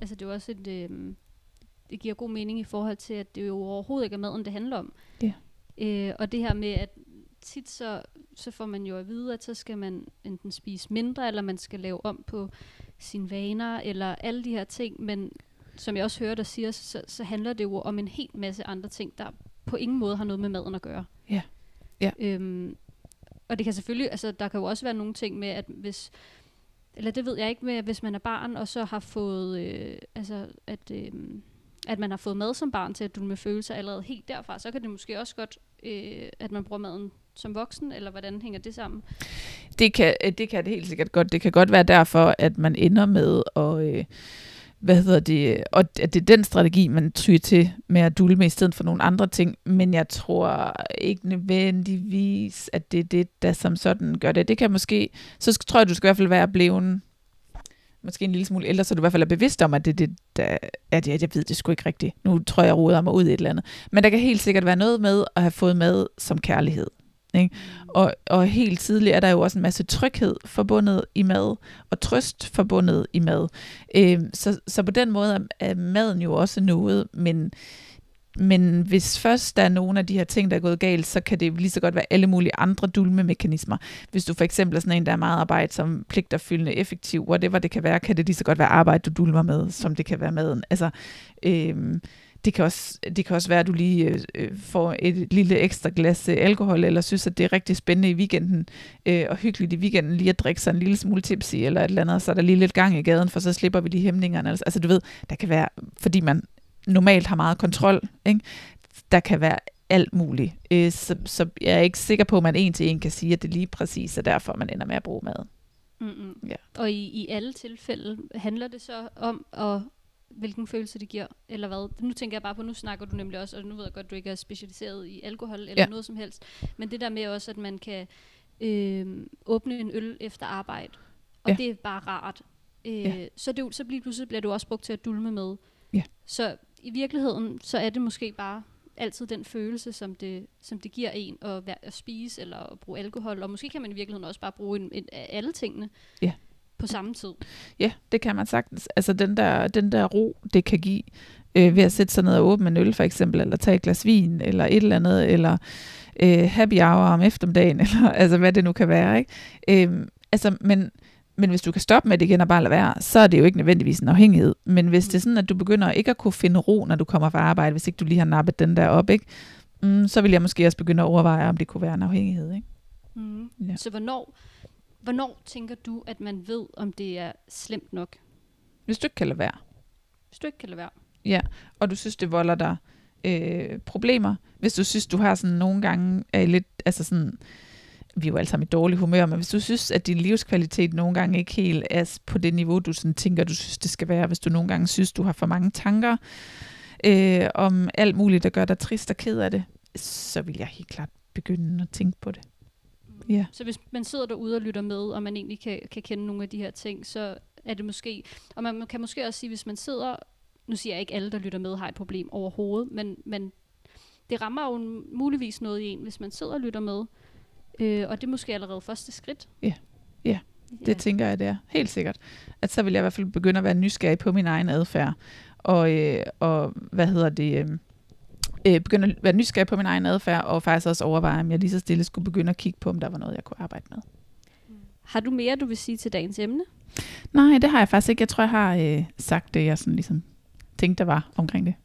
det giver god mening i forhold til, at det jo overhovedet ikke er maden, det handler om. Ja. Og det her med, at tit så får man jo at vide, at så skal man enten spise mindre, eller man skal lave om på sine vaner, eller alle de her ting. Men som jeg også hører dig sige, så handler det jo om en hel masse andre ting, der på ingen måde har noget med maden at gøre. Ja. Ja. Og det kan selvfølgelig, altså der kan jo også være nogle ting med, at eller det ved jeg ikke med, hvis man er barn, og så har fået, at man har fået mad som barn til at dulme følelser allerede helt derfra, så kan det måske også godt, at man bruger maden som voksen, eller hvordan hænger det sammen? Det kan det helt sikkert godt. Det kan godt være derfor, at man ender med at, og at det er den strategi, man tyr til med at dulme i stedet for nogle andre ting, men jeg tror ikke nødvendigvis, at det er det, der som sådan gør det. Det kan måske, så tror jeg, du skal i hvert fald være blevet måske en lille smule ældre, så du i hvert fald er bevidst om, at det er det, der er det, jeg ved det sgu ikke rigtigt. Nu tror jeg roder mig ud i et eller andet. Men der kan helt sikkert være noget med at have fået mad som kærlighed. Ikke? Og helt tidligt er der jo også en masse tryghed forbundet i mad, og trøst forbundet i mad. Så på den måde er maden jo også noget, men hvis først der er nogle af de her ting, der er gået galt, så kan det lige så godt være alle mulige andre dulmemekanismer. Hvis du for eksempel er sådan en, der er meget arbejdssom, pligtopfyldende, effektiv, whatever det kan være, kan det lige så godt være arbejde, du dulmer med, som det kan være maden. Altså, det kan også være, at du lige får et lille ekstra glas alkohol, eller synes, at det er rigtig spændende i weekenden, og hyggeligt i weekenden lige at drikke sig en lille smule tipsy, eller et eller andet, så er der lige lidt gang i gaden, for så slipper vi de hæmningerne. Altså du ved, der kan være, fordi man normalt har meget kontrol, ikke? Der kan være alt muligt. Så jeg er ikke sikker på, at man en til en kan sige, at det lige præcis er derfor, man ender med at bruge maden. Ja. Og i alle tilfælde handler det så om, hvilken følelse det giver, eller hvad? Nu tænker jeg bare på, nu snakker du nemlig også, og nu ved jeg godt, du ikke er specialiseret i alkohol, eller noget som helst, men det der med også, at man kan åbne en øl efter arbejde, og det er bare rart. Så pludselig bliver du også brugt til at dulme med. Ja. Så i virkeligheden, så er det måske bare altid den følelse, som det giver en at spise eller at bruge alkohol, og måske kan man i virkeligheden også bare bruge alle tingene på samme tid. Ja, det kan man sagtens. Altså den der ro, det kan give ved at sætte sig ned og åbne en øl for eksempel, eller tage et glas vin, eller et eller andet, eller happy hour om eftermiddagen, eller altså hvad det nu kan være, ikke? Men hvis du kan stoppe med det igen og bare lade være, så er det jo ikke nødvendigvis en afhængighed. Men hvis det er sådan, at du begynder ikke at kunne finde ro, når du kommer fra arbejde, hvis ikke du lige har nappet den der op, ikke? Så vil jeg måske også begynde at overveje, om det kunne være en afhængighed. Ikke? Ja. Så hvornår tænker du, at man ved, om det er slemt nok? Hvis du ikke kan lade være. Ja, og du synes, det volder dig problemer. Hvis du synes, du har sådan nogle gange lidt, altså sådan, vi er jo alle sammen i dårlig humør, men hvis du synes, at din livskvalitet nogle gange ikke helt er på det niveau, du sådan tænker, du synes, det skal være, hvis du nogle gange synes, du har for mange tanker om alt muligt, der gør dig trist og ked af det, så vil jeg helt klart begynde at tænke på det. Ja. Så hvis man sidder derude og lytter med, og man egentlig kan kende nogle af de her ting, så er det måske, og man kan måske også sige, hvis man sidder, nu siger jeg ikke alle, der lytter med, har et problem overhovedet, men det rammer jo muligvis noget i en, hvis man sidder og lytter med, og det er måske allerede første skridt. Ja, det tænker jeg, det er. Helt sikkert. At så vil jeg i hvert fald begynde at være nysgerrig på min egen adfærd. Og begynde at være nysgerrig på min egen adfærd, og faktisk også overveje, om jeg lige så stille skulle begynde at kigge på, om der var noget, jeg kunne arbejde med. Har du mere, du vil sige til dagens emne? Nej, det har jeg faktisk ikke. Jeg tror, jeg har sagt det, jeg sådan ligesom tænkte, der var omkring det.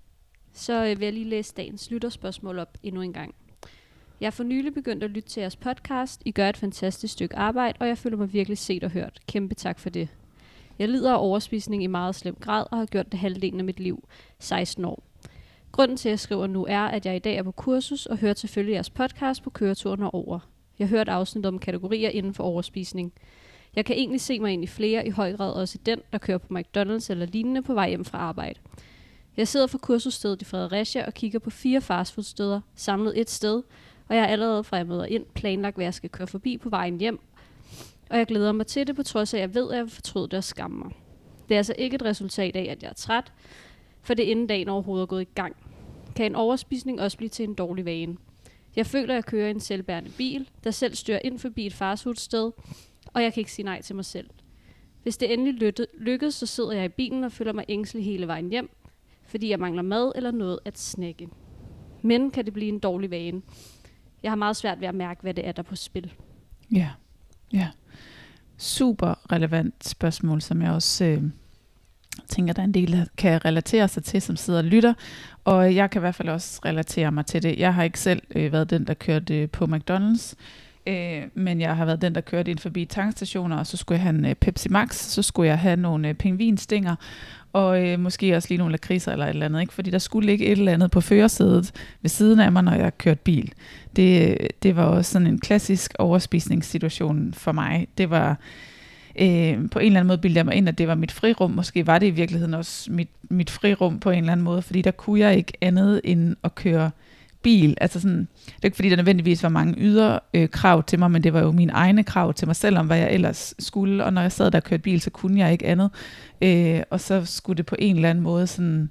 så vil jeg lige læse dagens lytterspørgsmål op endnu en gang. Jeg er for nylig begyndt at lytte til jeres podcast. I gør et fantastisk stykke arbejde, og jeg føler mig virkelig set og hørt. Kæmpe tak for det. Jeg lider af overspisning i meget slem grad, og har gjort det halvdelen af mit liv, 16 år. Grunden til, at jeg skriver nu, er, at jeg i dag er på kursus, og hører selvfølgelig jeres podcast på køreturen over. Jeg har hørt afsnit om kategorier inden for overspisning. Jeg kan egentlig se mig ind i flere, i høj grad også den, der kører på McDonald's eller lignende på vej hjem fra arbejde. Jeg sidder for kursusstedet i Fredericia og kigger på 4 fastfoodsteder, samlet et sted, og jeg har allerede fra jeg møder ind planlagt, hvad jeg skal køre forbi på vejen hjem. Og jeg glæder mig til det, på trods af, at jeg ved, at jeg vil fortryde det og skamme mig. Det er altså ikke et resultat af, at jeg er træt, for det inden dagen overhovedet er gået i gang. Kan en overspisning også blive til en dårlig vane? Jeg føler, at jeg kører i en selvbærende bil, der selv styrer ind forbi et fastfoodsted, og jeg kan ikke sige nej til mig selv. Hvis det endelig lykkes, så sidder jeg i bilen og føler mig ængstelig hele vejen hjem, fordi jeg mangler mad eller noget at snakke. Men kan det blive en dårlig vane? Jeg har meget svært ved at mærke, hvad det er, der er på spil. Ja. Super relevant spørgsmål, som jeg også tænker, der er en del, der kan relatere sig til, som sidder og lytter. Og jeg kan i hvert fald også relatere mig til det. Jeg har ikke selv været den, der kørte på McDonald's. Men jeg har været den, der kørte ind forbi tankstationer, og så skulle jeg have en Pepsi Max, så skulle jeg have nogle pingvinstænger, og måske også lige nogle lakridser eller et eller andet, ikke? Fordi der skulle ligge et eller andet på førersædet ved siden af mig, når jeg kørte bil. Det var også sådan en klassisk overspisningssituation for mig. Det var på en eller anden måde bildte jeg mig ind, at det var mit frirum. Måske var det i virkeligheden også mit frirum på en eller anden måde, fordi der kunne jeg ikke andet end at køre bil. Altså sådan, det er ikke fordi, der nødvendigvis var mange ydre krav til mig, men det var jo mine egne krav til mig selv, om hvad jeg ellers skulle. Og når jeg sad der og kørte bil, så kunne jeg ikke andet. Og så skulle det på en eller anden måde sådan...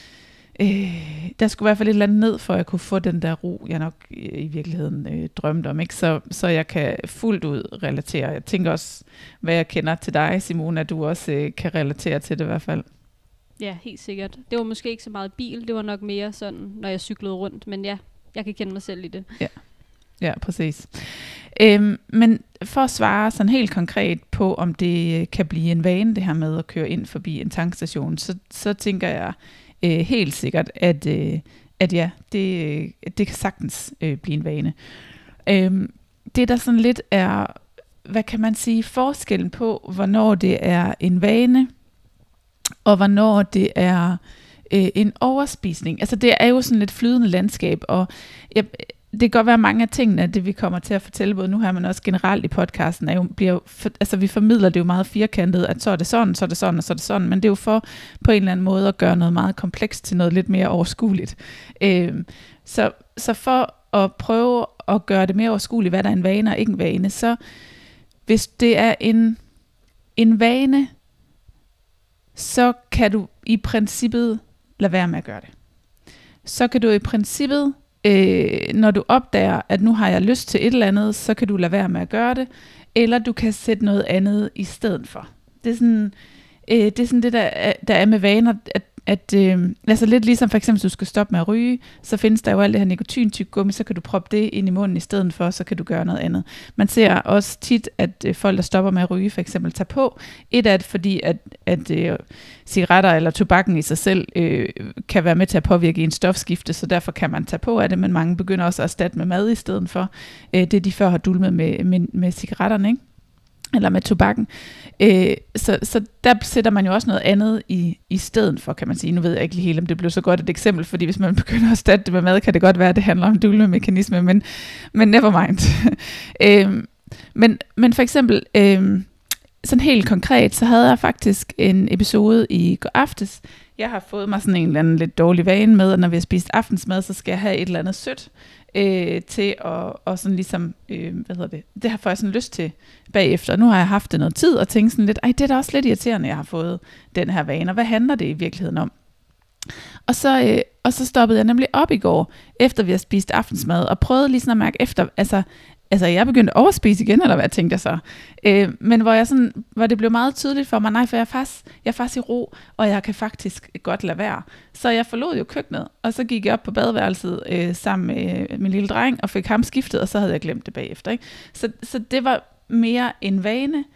der skulle i hvert fald et eller andet ned, for at jeg kunne få den der ro, jeg nok i virkeligheden drømte om. Ikke? Så jeg kan fuldt ud relatere. Jeg tænker også, hvad jeg kender til dig, Simone, at du også kan relatere til det i hvert fald. Ja, helt sikkert. Det var måske ikke så meget bil, det var nok mere sådan, når jeg cyklede rundt. Men ja, jeg kan kende mig selv i det. Ja, præcis. Men for at svare sådan helt konkret på, om det kan blive en vane, det her med at køre ind forbi en tankstation, så tænker jeg helt sikkert, at ja, det kan sagtens blive en vane. Det der sådan lidt er, hvad kan man sige, forskellen på, hvornår det er en vane, og hvornår det er en overspisning. Altså det er jo sådan lidt flydende landskab, og det kan godt være mange af tingene, det vi kommer til at fortælle, både nu her, men også generelt i podcasten, altså vi formidler det jo meget firkantet, at så er det sådan, så er det sådan, og så er det sådan, men det er jo for på en eller anden måde at gøre noget meget komplekst til noget lidt mere overskueligt. Så for at prøve at gøre det mere overskueligt, hvad der er en vane og ikke en vane, så hvis det er en vane, så kan du i princippet lade være med at gøre det. Så kan du i princippet, når du opdager, at nu har jeg lyst til et eller andet, så kan du lade være med at gøre det, eller du kan sætte noget andet i stedet for. Det er sådan det, der er med vaner, altså lidt ligesom for eksempel, hvis du skal stoppe med at ryge, så findes der jo alt det her nikotintyggegummi, så kan du proppe det ind i munden i stedet for, så kan du gøre noget andet. Man ser også tit, at folk, der stopper med at ryge, for eksempel tager på. Et af det, fordi at cigaretter eller tobakken i sig selv kan være med til at påvirke en stofskifte, så derfor kan man tage på af det, men mange begynder også at erstatte med mad i stedet for. Det de før har dulmet med cigaretterne, ikke? Eller med tobakken. Så der sætter man jo også noget andet i stedet for, kan man sige. Nu ved jeg ikke lige helt, om det blev så godt et eksempel, fordi hvis man begynder at erstatte det med mad, kan det godt være, at det handler om dulmemekanisme, men never mind. Men for eksempel, sådan helt konkret, så havde jeg faktisk en episode i går aftes. Jeg har fået mig sådan en eller anden lidt dårlig vane med, at når vi har spist aftensmad, så skal jeg have et eller andet sødt til at sådan ligesom, det har jeg sådan lyst til bagefter. Nu har jeg haft det noget tid og tænkt sådan lidt, det er da også lidt irriterende, jeg har fået den her vane, og hvad handler det i virkeligheden om? Og så stoppede jeg nemlig op i går, efter vi har spist aftensmad, og prøvede lige sådan at mærke efter, altså jeg begyndte at overspise igen, eller hvad tænkte jeg så? Men hvor det blev meget tydeligt for mig, for jeg er faktisk i ro, og jeg kan faktisk godt lade være. Så jeg forlod jo køkkenet, og så gik jeg op på badeværelset sammen med min lille dreng, og fik ham skiftet, og så havde jeg glemt det bagefter. Ikke? Så det var mere en vane,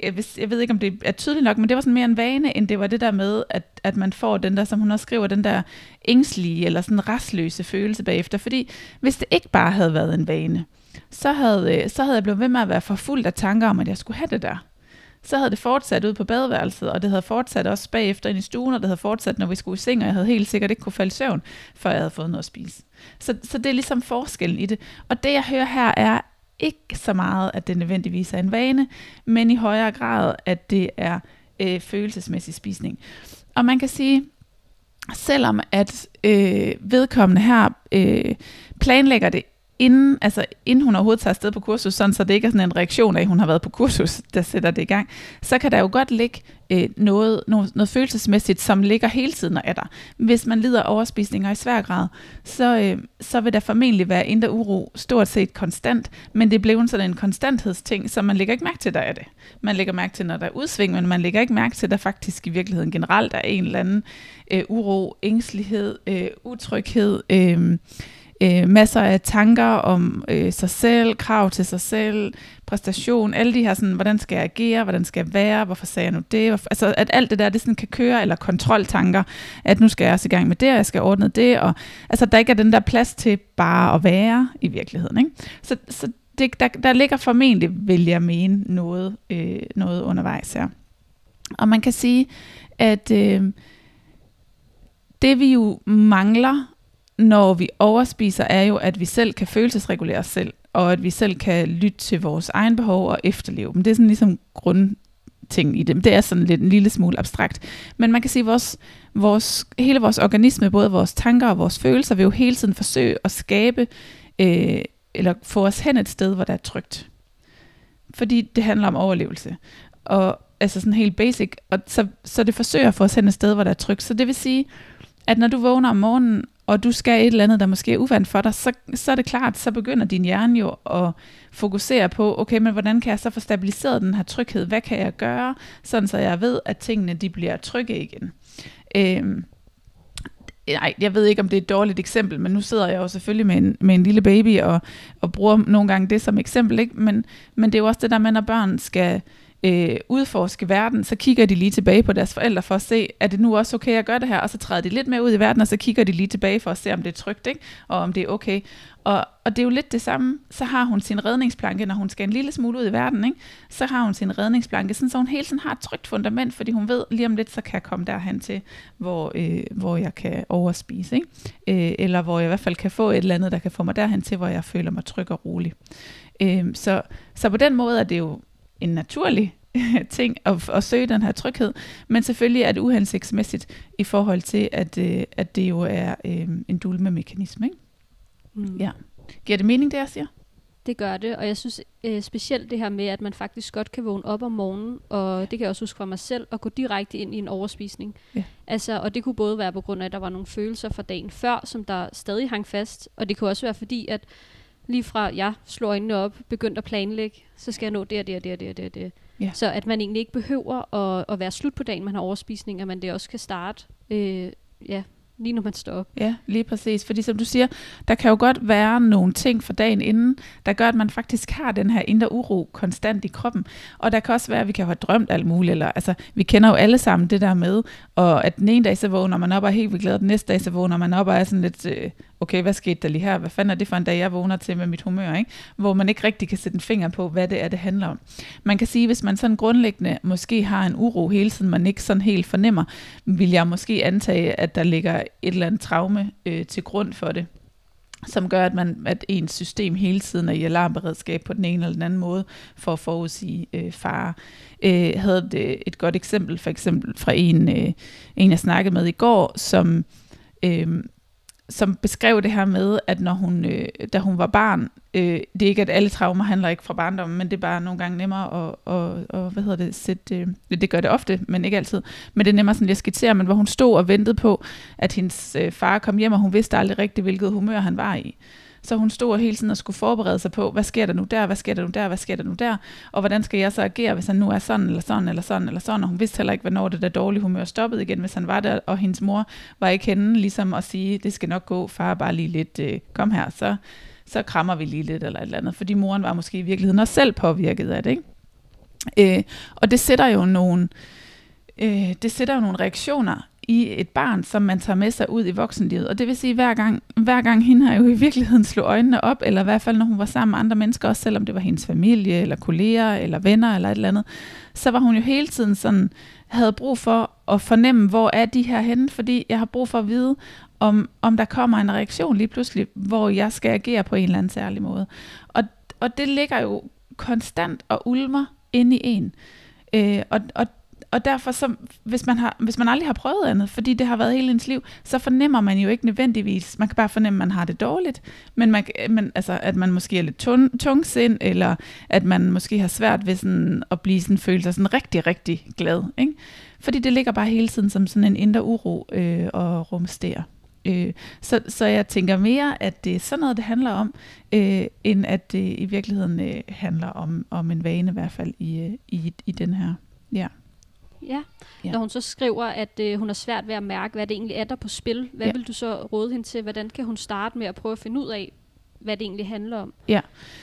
jeg ved ikke, om det er tydeligt nok, men det var sådan mere en vane, end det var det der med, at man får den der, som hun også skriver, den der ængstlige eller sådan restløse følelse bagefter. Fordi hvis det ikke bare havde været en vane, så havde jeg blevet ved med at være forfulgt af tanker om, at jeg skulle have det der. Så havde det fortsat ud på badeværelset, og det havde fortsat også bagefter ind i stuen, og det havde fortsat, når vi skulle i seng, og jeg havde helt sikkert ikke kunne falde i søvn, før jeg havde fået noget at spise. Så det er ligesom forskellen i det. Og det, jeg hører her, er ikke så meget, at det nødvendigvis er en vane, men i højere grad, at det er følelsesmæssig spisning. Og man kan sige, selvom at vedkommende her planlægger det, inden hun overhovedet tager afsted på kursus, sådan, så det ikke er sådan en reaktion af, at hun har været på kursus, der sætter det i gang, så kan der jo godt ligge noget følelsesmæssigt, som ligger hele tiden og er der. Hvis man lider overspisninger i svær grad, så vil der formentlig være indre uro stort set konstant, men det bliver sådan en konstanthedsting, så man lægger ikke mærke til, at der er det. Man lægger mærke til, når der er udsving, men man lægger ikke mærke til, at der faktisk i virkeligheden generelt er en eller anden uro, ængstelighed, utryghed, masser af tanker om sig selv, krav til sig selv, præstation, alle de her sådan, hvordan skal jeg agere, hvordan skal jeg være, hvorfor sagde jeg nu det, altså at alt det der, det sådan kan køre, eller kontroltanker, at nu skal jeg også i gang med det, og jeg skal ordne det, og altså der ikke er den der plads til bare at være i virkeligheden, ikke? Så det, der ligger formentlig, vil jeg mene, noget undervejs her. Og man kan sige, at det vi jo mangler, når vi overspiser, er jo, at vi selv kan følelsesregulere os selv, og at vi selv kan lytte til vores egen behov og efterleve dem. Det er sådan ligesom grundting i dem. Det er sådan lidt en lille smule abstrakt. Men man kan sige, at hele vores organisme, både vores tanker og vores følelser, vil jo hele tiden forsøge at skabe, eller få os hen et sted, hvor der er trygt. Fordi det handler om overlevelse. Og altså sådan helt basic. Og så det forsøger at få os hen et sted, hvor der er trygt. Så det vil sige, at når du vågner om morgenen, og du skal et eller andet, der måske er uvandt for dig, så er det klart, så begynder din hjerne jo at fokusere på, okay, men hvordan kan jeg så få stabiliseret den her tryghed? Hvad kan jeg gøre, sådan så jeg ved, at tingene de bliver trygge igen? Jeg ved ikke, om det er et dårligt eksempel, men nu sidder jeg jo selvfølgelig med en lille baby, og bruger nogle gange det som eksempel, ikke? Men det er jo også det der med, når børn skal udforske verden, så kigger de lige tilbage på deres forældre for at se, er det nu også okay at gøre det her, og så træder de lidt mere ud i verden, og så kigger de lige tilbage for at se, om det er trygt, ikke? Og om det er okay. Og det er jo lidt det samme, så har hun sin redningsplanke, når hun skal en lille smule ud i verden, ikke? Så har hun sin redningsplanke, sådan, så hun hele tiden har et trygt fundament, fordi hun ved, lige om lidt, så kan jeg komme derhen til, hvor jeg kan overspise, ikke? Eller hvor jeg i hvert fald kan få et eller andet, der kan få mig derhen til, hvor jeg føler mig tryg og rolig. Så på den måde er det jo en naturlig ting at søge den her tryghed, men selvfølgelig er det uhensigtsmæssigt i forhold til, at det jo er en dulmemekanisme, ikke? Mm. Ja. Giver det mening, det jeg siger? Det gør det, og jeg synes specielt det her med, at man faktisk godt kan vågne op om morgenen, og det kan jeg også huske fra mig selv, og gå direkte ind i en overspisning. Ja. Altså, og det kunne både være på grund af, at der var nogle følelser fra dagen før, som der stadig hang fast, og det kunne også være fordi, at lige fra jeg slår øjnene op, begyndte at planlægge, så skal jeg nå det. Ja. Så at man egentlig ikke behøver at være slut på dagen, man har overspisning, at man det også kan starte, lige når man står op. Ja, lige præcis. Fordi som du siger, der kan jo godt være nogle ting fra dagen inden, der gør, at man faktisk har den her indre uro konstant i kroppen. Og der kan også være, at vi kan have drømt alt muligt. Eller, altså, vi kender jo alle sammen det der med, og at den ene dag så vågner man op og er helt vildt glad, og den næste dag så vågner man op og er sådan lidt, okay, hvad skete der lige her? Hvad fanden er det for en dag, jeg vågner til med mit humør? Ikke? Hvor man ikke rigtig kan sætte en finger på, hvad det er, det handler om. Man kan sige, hvis man sådan grundlæggende måske har en uro hele tiden, man ikke sådan helt fornemmer, vil jeg måske antage, at der ligger et eller andet traume til grund for det, som gør, at ens system hele tiden er i alarmberedskab på den ene eller den anden måde, for at forudsige fare. Havde et godt eksempel, for eksempel fra en jeg snakkede med i går, som beskrev det her med, at når da hun var barn, det er ikke, at alle traumer handler ikke fra barndommen, men det er bare nogle gange nemmere at sætte, det gør det ofte, men ikke altid, men det er nemmere sådan at skitsere, men hvor hun stod og ventede på, at hendes far kom hjem, og hun vidste aldrig rigtigt, hvilket humør han var i. Så hun stod hele tiden og skulle forberede sig på, hvad sker der nu der, hvad sker der nu der, hvad sker der nu der, og hvordan skal jeg så agere, hvis han nu er sådan, eller sådan, eller sådan, eller sådan, og hun vidste heller ikke, hvornår det der dårlige humør stoppede igen, hvis han var der, og hendes mor var ikke henne, ligesom at sige, det skal nok gå, far, bare lige lidt, kom her, så krammer vi lige lidt, eller et eller andet, fordi moren var måske i virkeligheden også selv påvirket af det, ikke? Og det sætter jo nogle reaktioner i et barn, som man tager med sig ud i voksenlivet. Og det vil sige, hver gang hende har jo i virkeligheden slået øjnene op, eller i hvert fald når hun var sammen med andre mennesker, også selvom det var hendes familie, eller kolleger, eller venner, eller et eller andet, så var hun jo hele tiden sådan, havde brug for at fornemme, hvor er de her henne, fordi jeg har brug for at vide, om der kommer en reaktion lige pludselig, hvor jeg skal agere på en eller anden særlig måde. Og det ligger jo konstant og ulmer inde i en. Og derfor, så, hvis man aldrig har prøvet andet, fordi det har været hele ens liv, så fornemmer man jo ikke nødvendigvis, man kan bare fornemme, at man har det dårligt, men altså, at man måske er lidt tungsind, eller at man måske har svært ved sådan, at blive sådan, føle sig sådan rigtig, rigtig glad. Ikke? Fordi det ligger bare hele tiden som sådan en indre uro og rumsterer. Så jeg tænker mere, at det er sådan noget, det handler om, end at det i virkeligheden handler om en vane, i hvert fald i den her. Ja. Ja, når hun så skriver, at hun har svært ved at mærke, hvad det egentlig er der på spil, hvad vil du så råde hende til? Hvordan kan hun starte med at prøve at finde ud af, hvad det egentlig handler om? Ja,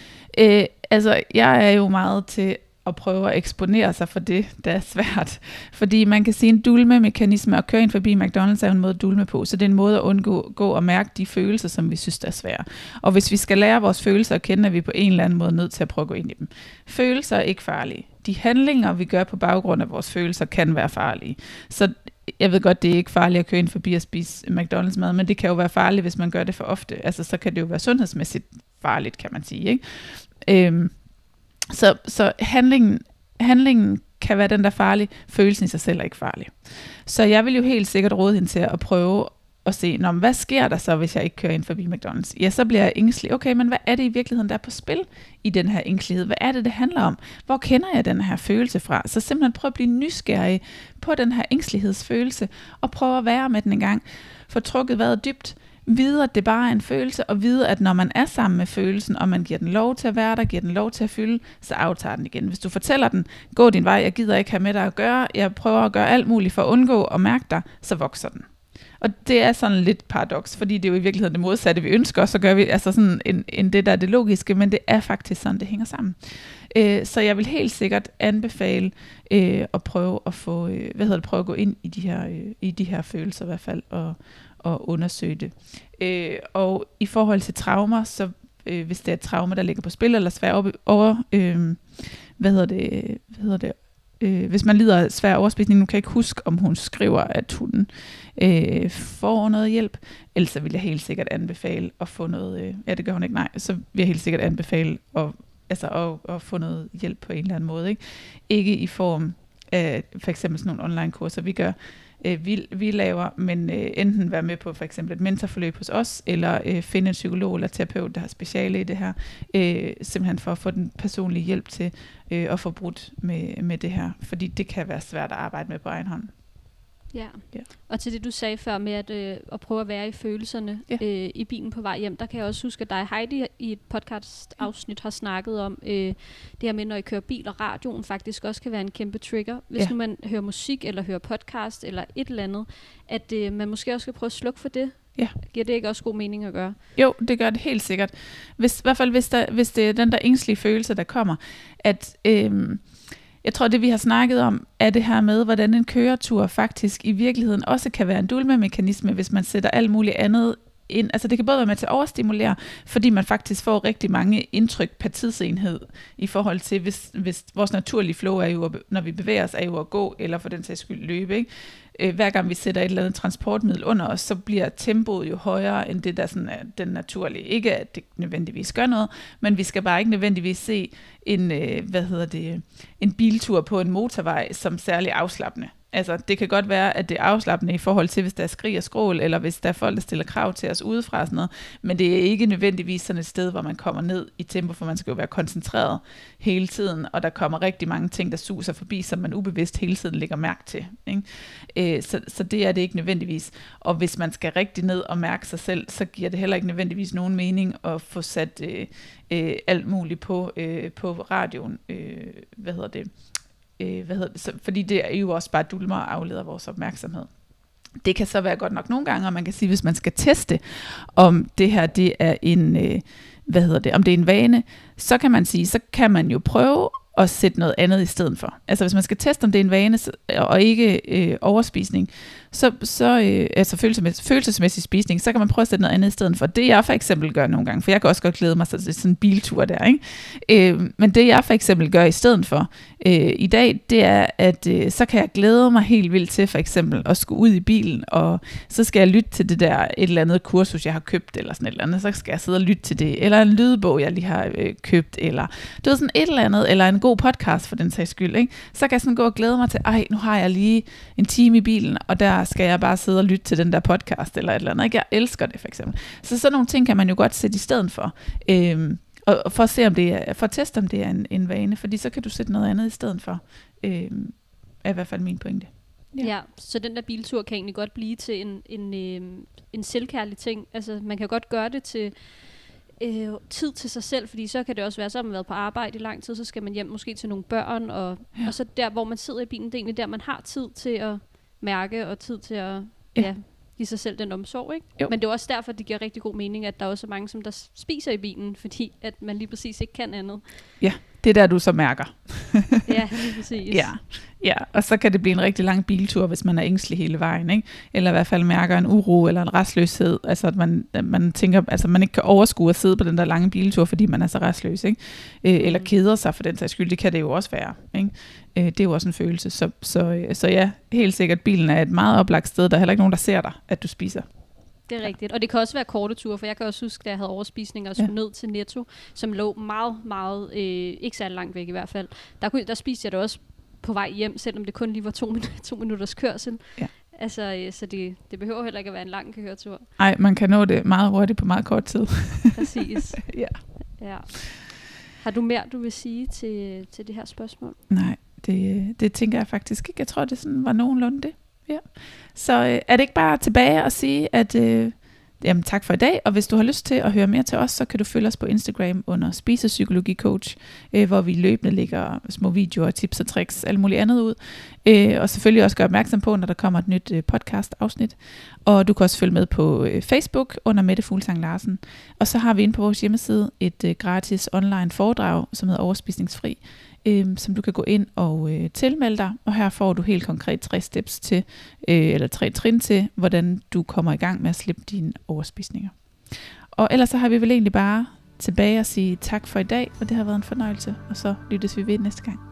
altså jeg er jo meget til at prøve at eksponere sig for det, der er svært. Fordi man kan sige, en dulme-mekanisme og køre ind forbi McDonald's er en måde at dulme på, så det er en måde at undgå at mærke de følelser, som vi synes, der er svære. Og hvis vi skal lære vores følelser at kende, er vi på en eller anden måde nødt til at prøve at gå ind i dem. Følelser er ikke farlige. De handlinger, vi gør på baggrund af vores følelser, kan være farlige. Så jeg ved godt, det er ikke farligt at køre ind forbi og spise McDonald's mad, men det kan jo være farligt, hvis man gør det for ofte. Altså, så kan det jo være sundhedsmæssigt farligt, kan man sige, ikke? Så handlingen kan være den, der er farlig. Følelsen i sig selv er ikke farlig. Så jeg vil jo helt sikkert råde hende til at prøve at se, hvad sker der så, hvis jeg ikke kører ind forbi McDonald's? Ja, så bliver jeg ængstelig. Okay, men hvad er det i virkeligheden, der er på spil i den her ængstelighed? Hvad er det, det handler om? Hvor kender jeg den her følelse fra? Så simpelthen prøv at blive nysgerrig på den her ængstelighedsfølelse, og prøv at være med den en gang. Få trukket vejret dybt, vide, at det bare er en følelse, og vide, at når man er sammen med følelsen, og man giver den lov til at være der, giver den lov til at fylde, så aftager den igen. Hvis du fortæller den, gå din vej, jeg gider ikke have med dig at gøre, jeg prøver at gøre alt muligt for at undgå at mærke dig, så vokser den. Og det er sådan lidt paradoks, fordi det er jo i virkeligheden det modsatte, vi ønsker, så gør vi altså sådan en det, der er det logiske, men det er faktisk sådan, det hænger sammen. Så jeg vil helt sikkert anbefale at prøve at få, prøve at gå ind i de her følelser i hvert fald, og undersøge det. Og i forhold til traumer, så hvis det er et trauma, der ligger på spil, eller svær hvis man lider af svær overspisning, nu kan jeg ikke huske, om hun skriver, at hun får noget hjælp, ellers så vil jeg helt sikkert anbefale at få noget, det gør hun ikke, så vil jeg helt sikkert anbefale at få noget hjælp på en eller anden måde. Ikke i form af for eksempel sådan nogle online kurser, vi gør, vi laver, men enten være med på for eksempel et mentorforløb hos os, eller finde en psykolog eller terapeut, der har speciale i det her, simpelthen for at få den personlige hjælp til at få brudt med det her, fordi det kan være svært at arbejde med på egen hånd. Ja. Og til det du sagde før med at prøve at være i følelserne i bilen på vej hjem, der kan jeg også huske, at dig Heidi i et podcast afsnit har snakket om det her med, når I kører bil, og radioen faktisk også kan være en kæmpe trigger. Hvis nu man hører musik eller hører podcast eller et eller andet, at man måske også skal prøve at slukke for det. Ja. Giver det ikke også god mening at gøre? Jo, det gør det helt sikkert. I hvert fald hvis det er den der ængstlige følelse, der kommer, at jeg tror, det vi har snakket om, er det her med, hvordan en køretur faktisk i virkeligheden også kan være en dulme-mekanisme, hvis man sætter alt muligt andet ind. Altså det kan både være med til at overstimulere, fordi man faktisk får rigtig mange indtryk per tidsenhed, i forhold til, hvis vores naturlige flow er jo, når vi bevæger os, er jo at gå, eller for den sags skyld løbe, ikke? Hver gang vi sætter et eller andet transportmiddel under os, så bliver tempoet jo højere, end det der sådan er den naturlige. Ikke at det nødvendigvis gør noget, men vi skal bare ikke nødvendigvis se en biltur på en motorvej som særlig afslappende. Altså, det kan godt være, at det er afslappende i forhold til, hvis der er skrig og skrål, eller hvis der er folk, der stiller krav til os udefra og sådan noget. Men det er ikke nødvendigvis sådan et sted, hvor man kommer ned i tempo, for man skal jo være koncentreret hele tiden, og der kommer rigtig mange ting, der suser forbi, som man ubevidst hele tiden lægger mærke til. Ikke? Så det er det ikke nødvendigvis. Og hvis man skal rigtig ned og mærke sig selv, så giver det heller ikke nødvendigvis nogen mening at få sat alt muligt på radioen. Fordi det er jo også bare dulmer og afleder vores opmærksomhed. Det kan så være godt nok nogle gange, og man kan sige, hvis man skal teste, om det her det er om det er en vane, så kan man sige, så kan man jo prøve at sætte noget andet i stedet for. Altså hvis man skal teste, om det er en vane og ikke overspisning, altså følelsesmæssig spisning, så kan man prøve at sætte noget andet i stedet for. Det jeg for eksempel gør nogle gange, for jeg kan også godt glæde mig til sådan en biltur der, ikke? Men det jeg for eksempel gør i stedet for i dag, det er, at så kan jeg glæde mig helt vildt til for eksempel at skulle ud i bilen, og så skal jeg lytte til det der et eller andet kursus, jeg har købt, eller sådan et eller andet, så skal jeg sidde og lytte til det, eller en lydbog, jeg lige har købt, eller du ved, sådan et eller andet, eller en god podcast for den sags skyld, ikke? Så kan jeg sådan gå og glæde mig til, nu har jeg lige en time i bilen, og der skal jeg bare sidde og lytte til den der podcast, eller et eller andet, ikke? Jeg elsker det for eksempel. Så sådan nogle ting kan man jo godt sætte i stedet for, og for at se, om det er, for at teste, om det er en vane, fordi så kan du sætte noget andet i stedet for, er i hvert fald min pointe. Ja, så den der biltur kan egentlig godt blive til en selvkærlig ting. Altså man kan godt gøre det til tid til sig selv, fordi så kan det også være, så har man været på arbejde i lang tid, så skal man hjem måske til nogle børn, og så der, hvor man sidder i bilen, det er egentlig der, man har tid til at mærke, og tid til at give sig selv den omsorg, ikke? Jo. Men det er også derfor, det giver rigtig god mening, at der er også mange, som der spiser i bilen, fordi at man lige præcis ikke kan andet. Ja, det er der, du så mærker. Ja, lige præcis. Ja, og så kan det blive en rigtig lang biltur, hvis man er ængstelig hele vejen, ikke? Eller i hvert fald mærker en uro eller en restløshed, altså at man tænker, altså man ikke kan overskue at sidde på den der lange biltur, fordi man er så restløs, ikke? Eller keder sig for den sags skyld, det kan det jo også være, ikke? Det er jo også en følelse, så ja, helt sikkert, bilen er et meget oplagt sted, der er heller ikke nogen, der ser dig, at du spiser. Det er rigtigt, og det kan også være korte ture, for jeg kan også huske, da jeg havde overspisning og skulle ned til Netto, som lå meget, meget, ikke særlig langt væk i hvert fald, der spiste jeg det også på vej hjem, selvom det kun lige var 2 minutters kørsel. Ja. Altså, så det behøver heller ikke at være en lang køretur. Nej, man kan nå det meget hurtigt på meget kort tid. Præcis. Ja. Har du mere, du vil sige til det her spørgsmål? Nej, det tænker jeg faktisk ikke. Jeg tror, det sådan var nogenlunde det. Ja. Så er det ikke bare tilbage at sige, at jamen, tak for i dag, og hvis du har lyst til at høre mere til os, så kan du følge os på Instagram under Spisepsykologi-coach, hvor vi løbende lægger små videoer, tips og tricks, alt muligt andet ud. Og selvfølgelig også gøre opmærksom på, når der kommer et nyt podcast-afsnit. Og du kan også følge med på Facebook under Mette Fuglsang Larsen. Og så har vi inde på vores hjemmeside et gratis online foredrag, som hedder Overspisningsfri, som du kan gå ind og tilmelde dig, og her får du helt konkret 3 steps til, eller 3 trin til, hvordan du kommer i gang med at slippe dine overspisninger. Og ellers så har vi vel egentlig bare tilbage at sige tak for i dag, og det har været en fornøjelse, og så lyttes vi ved næste gang.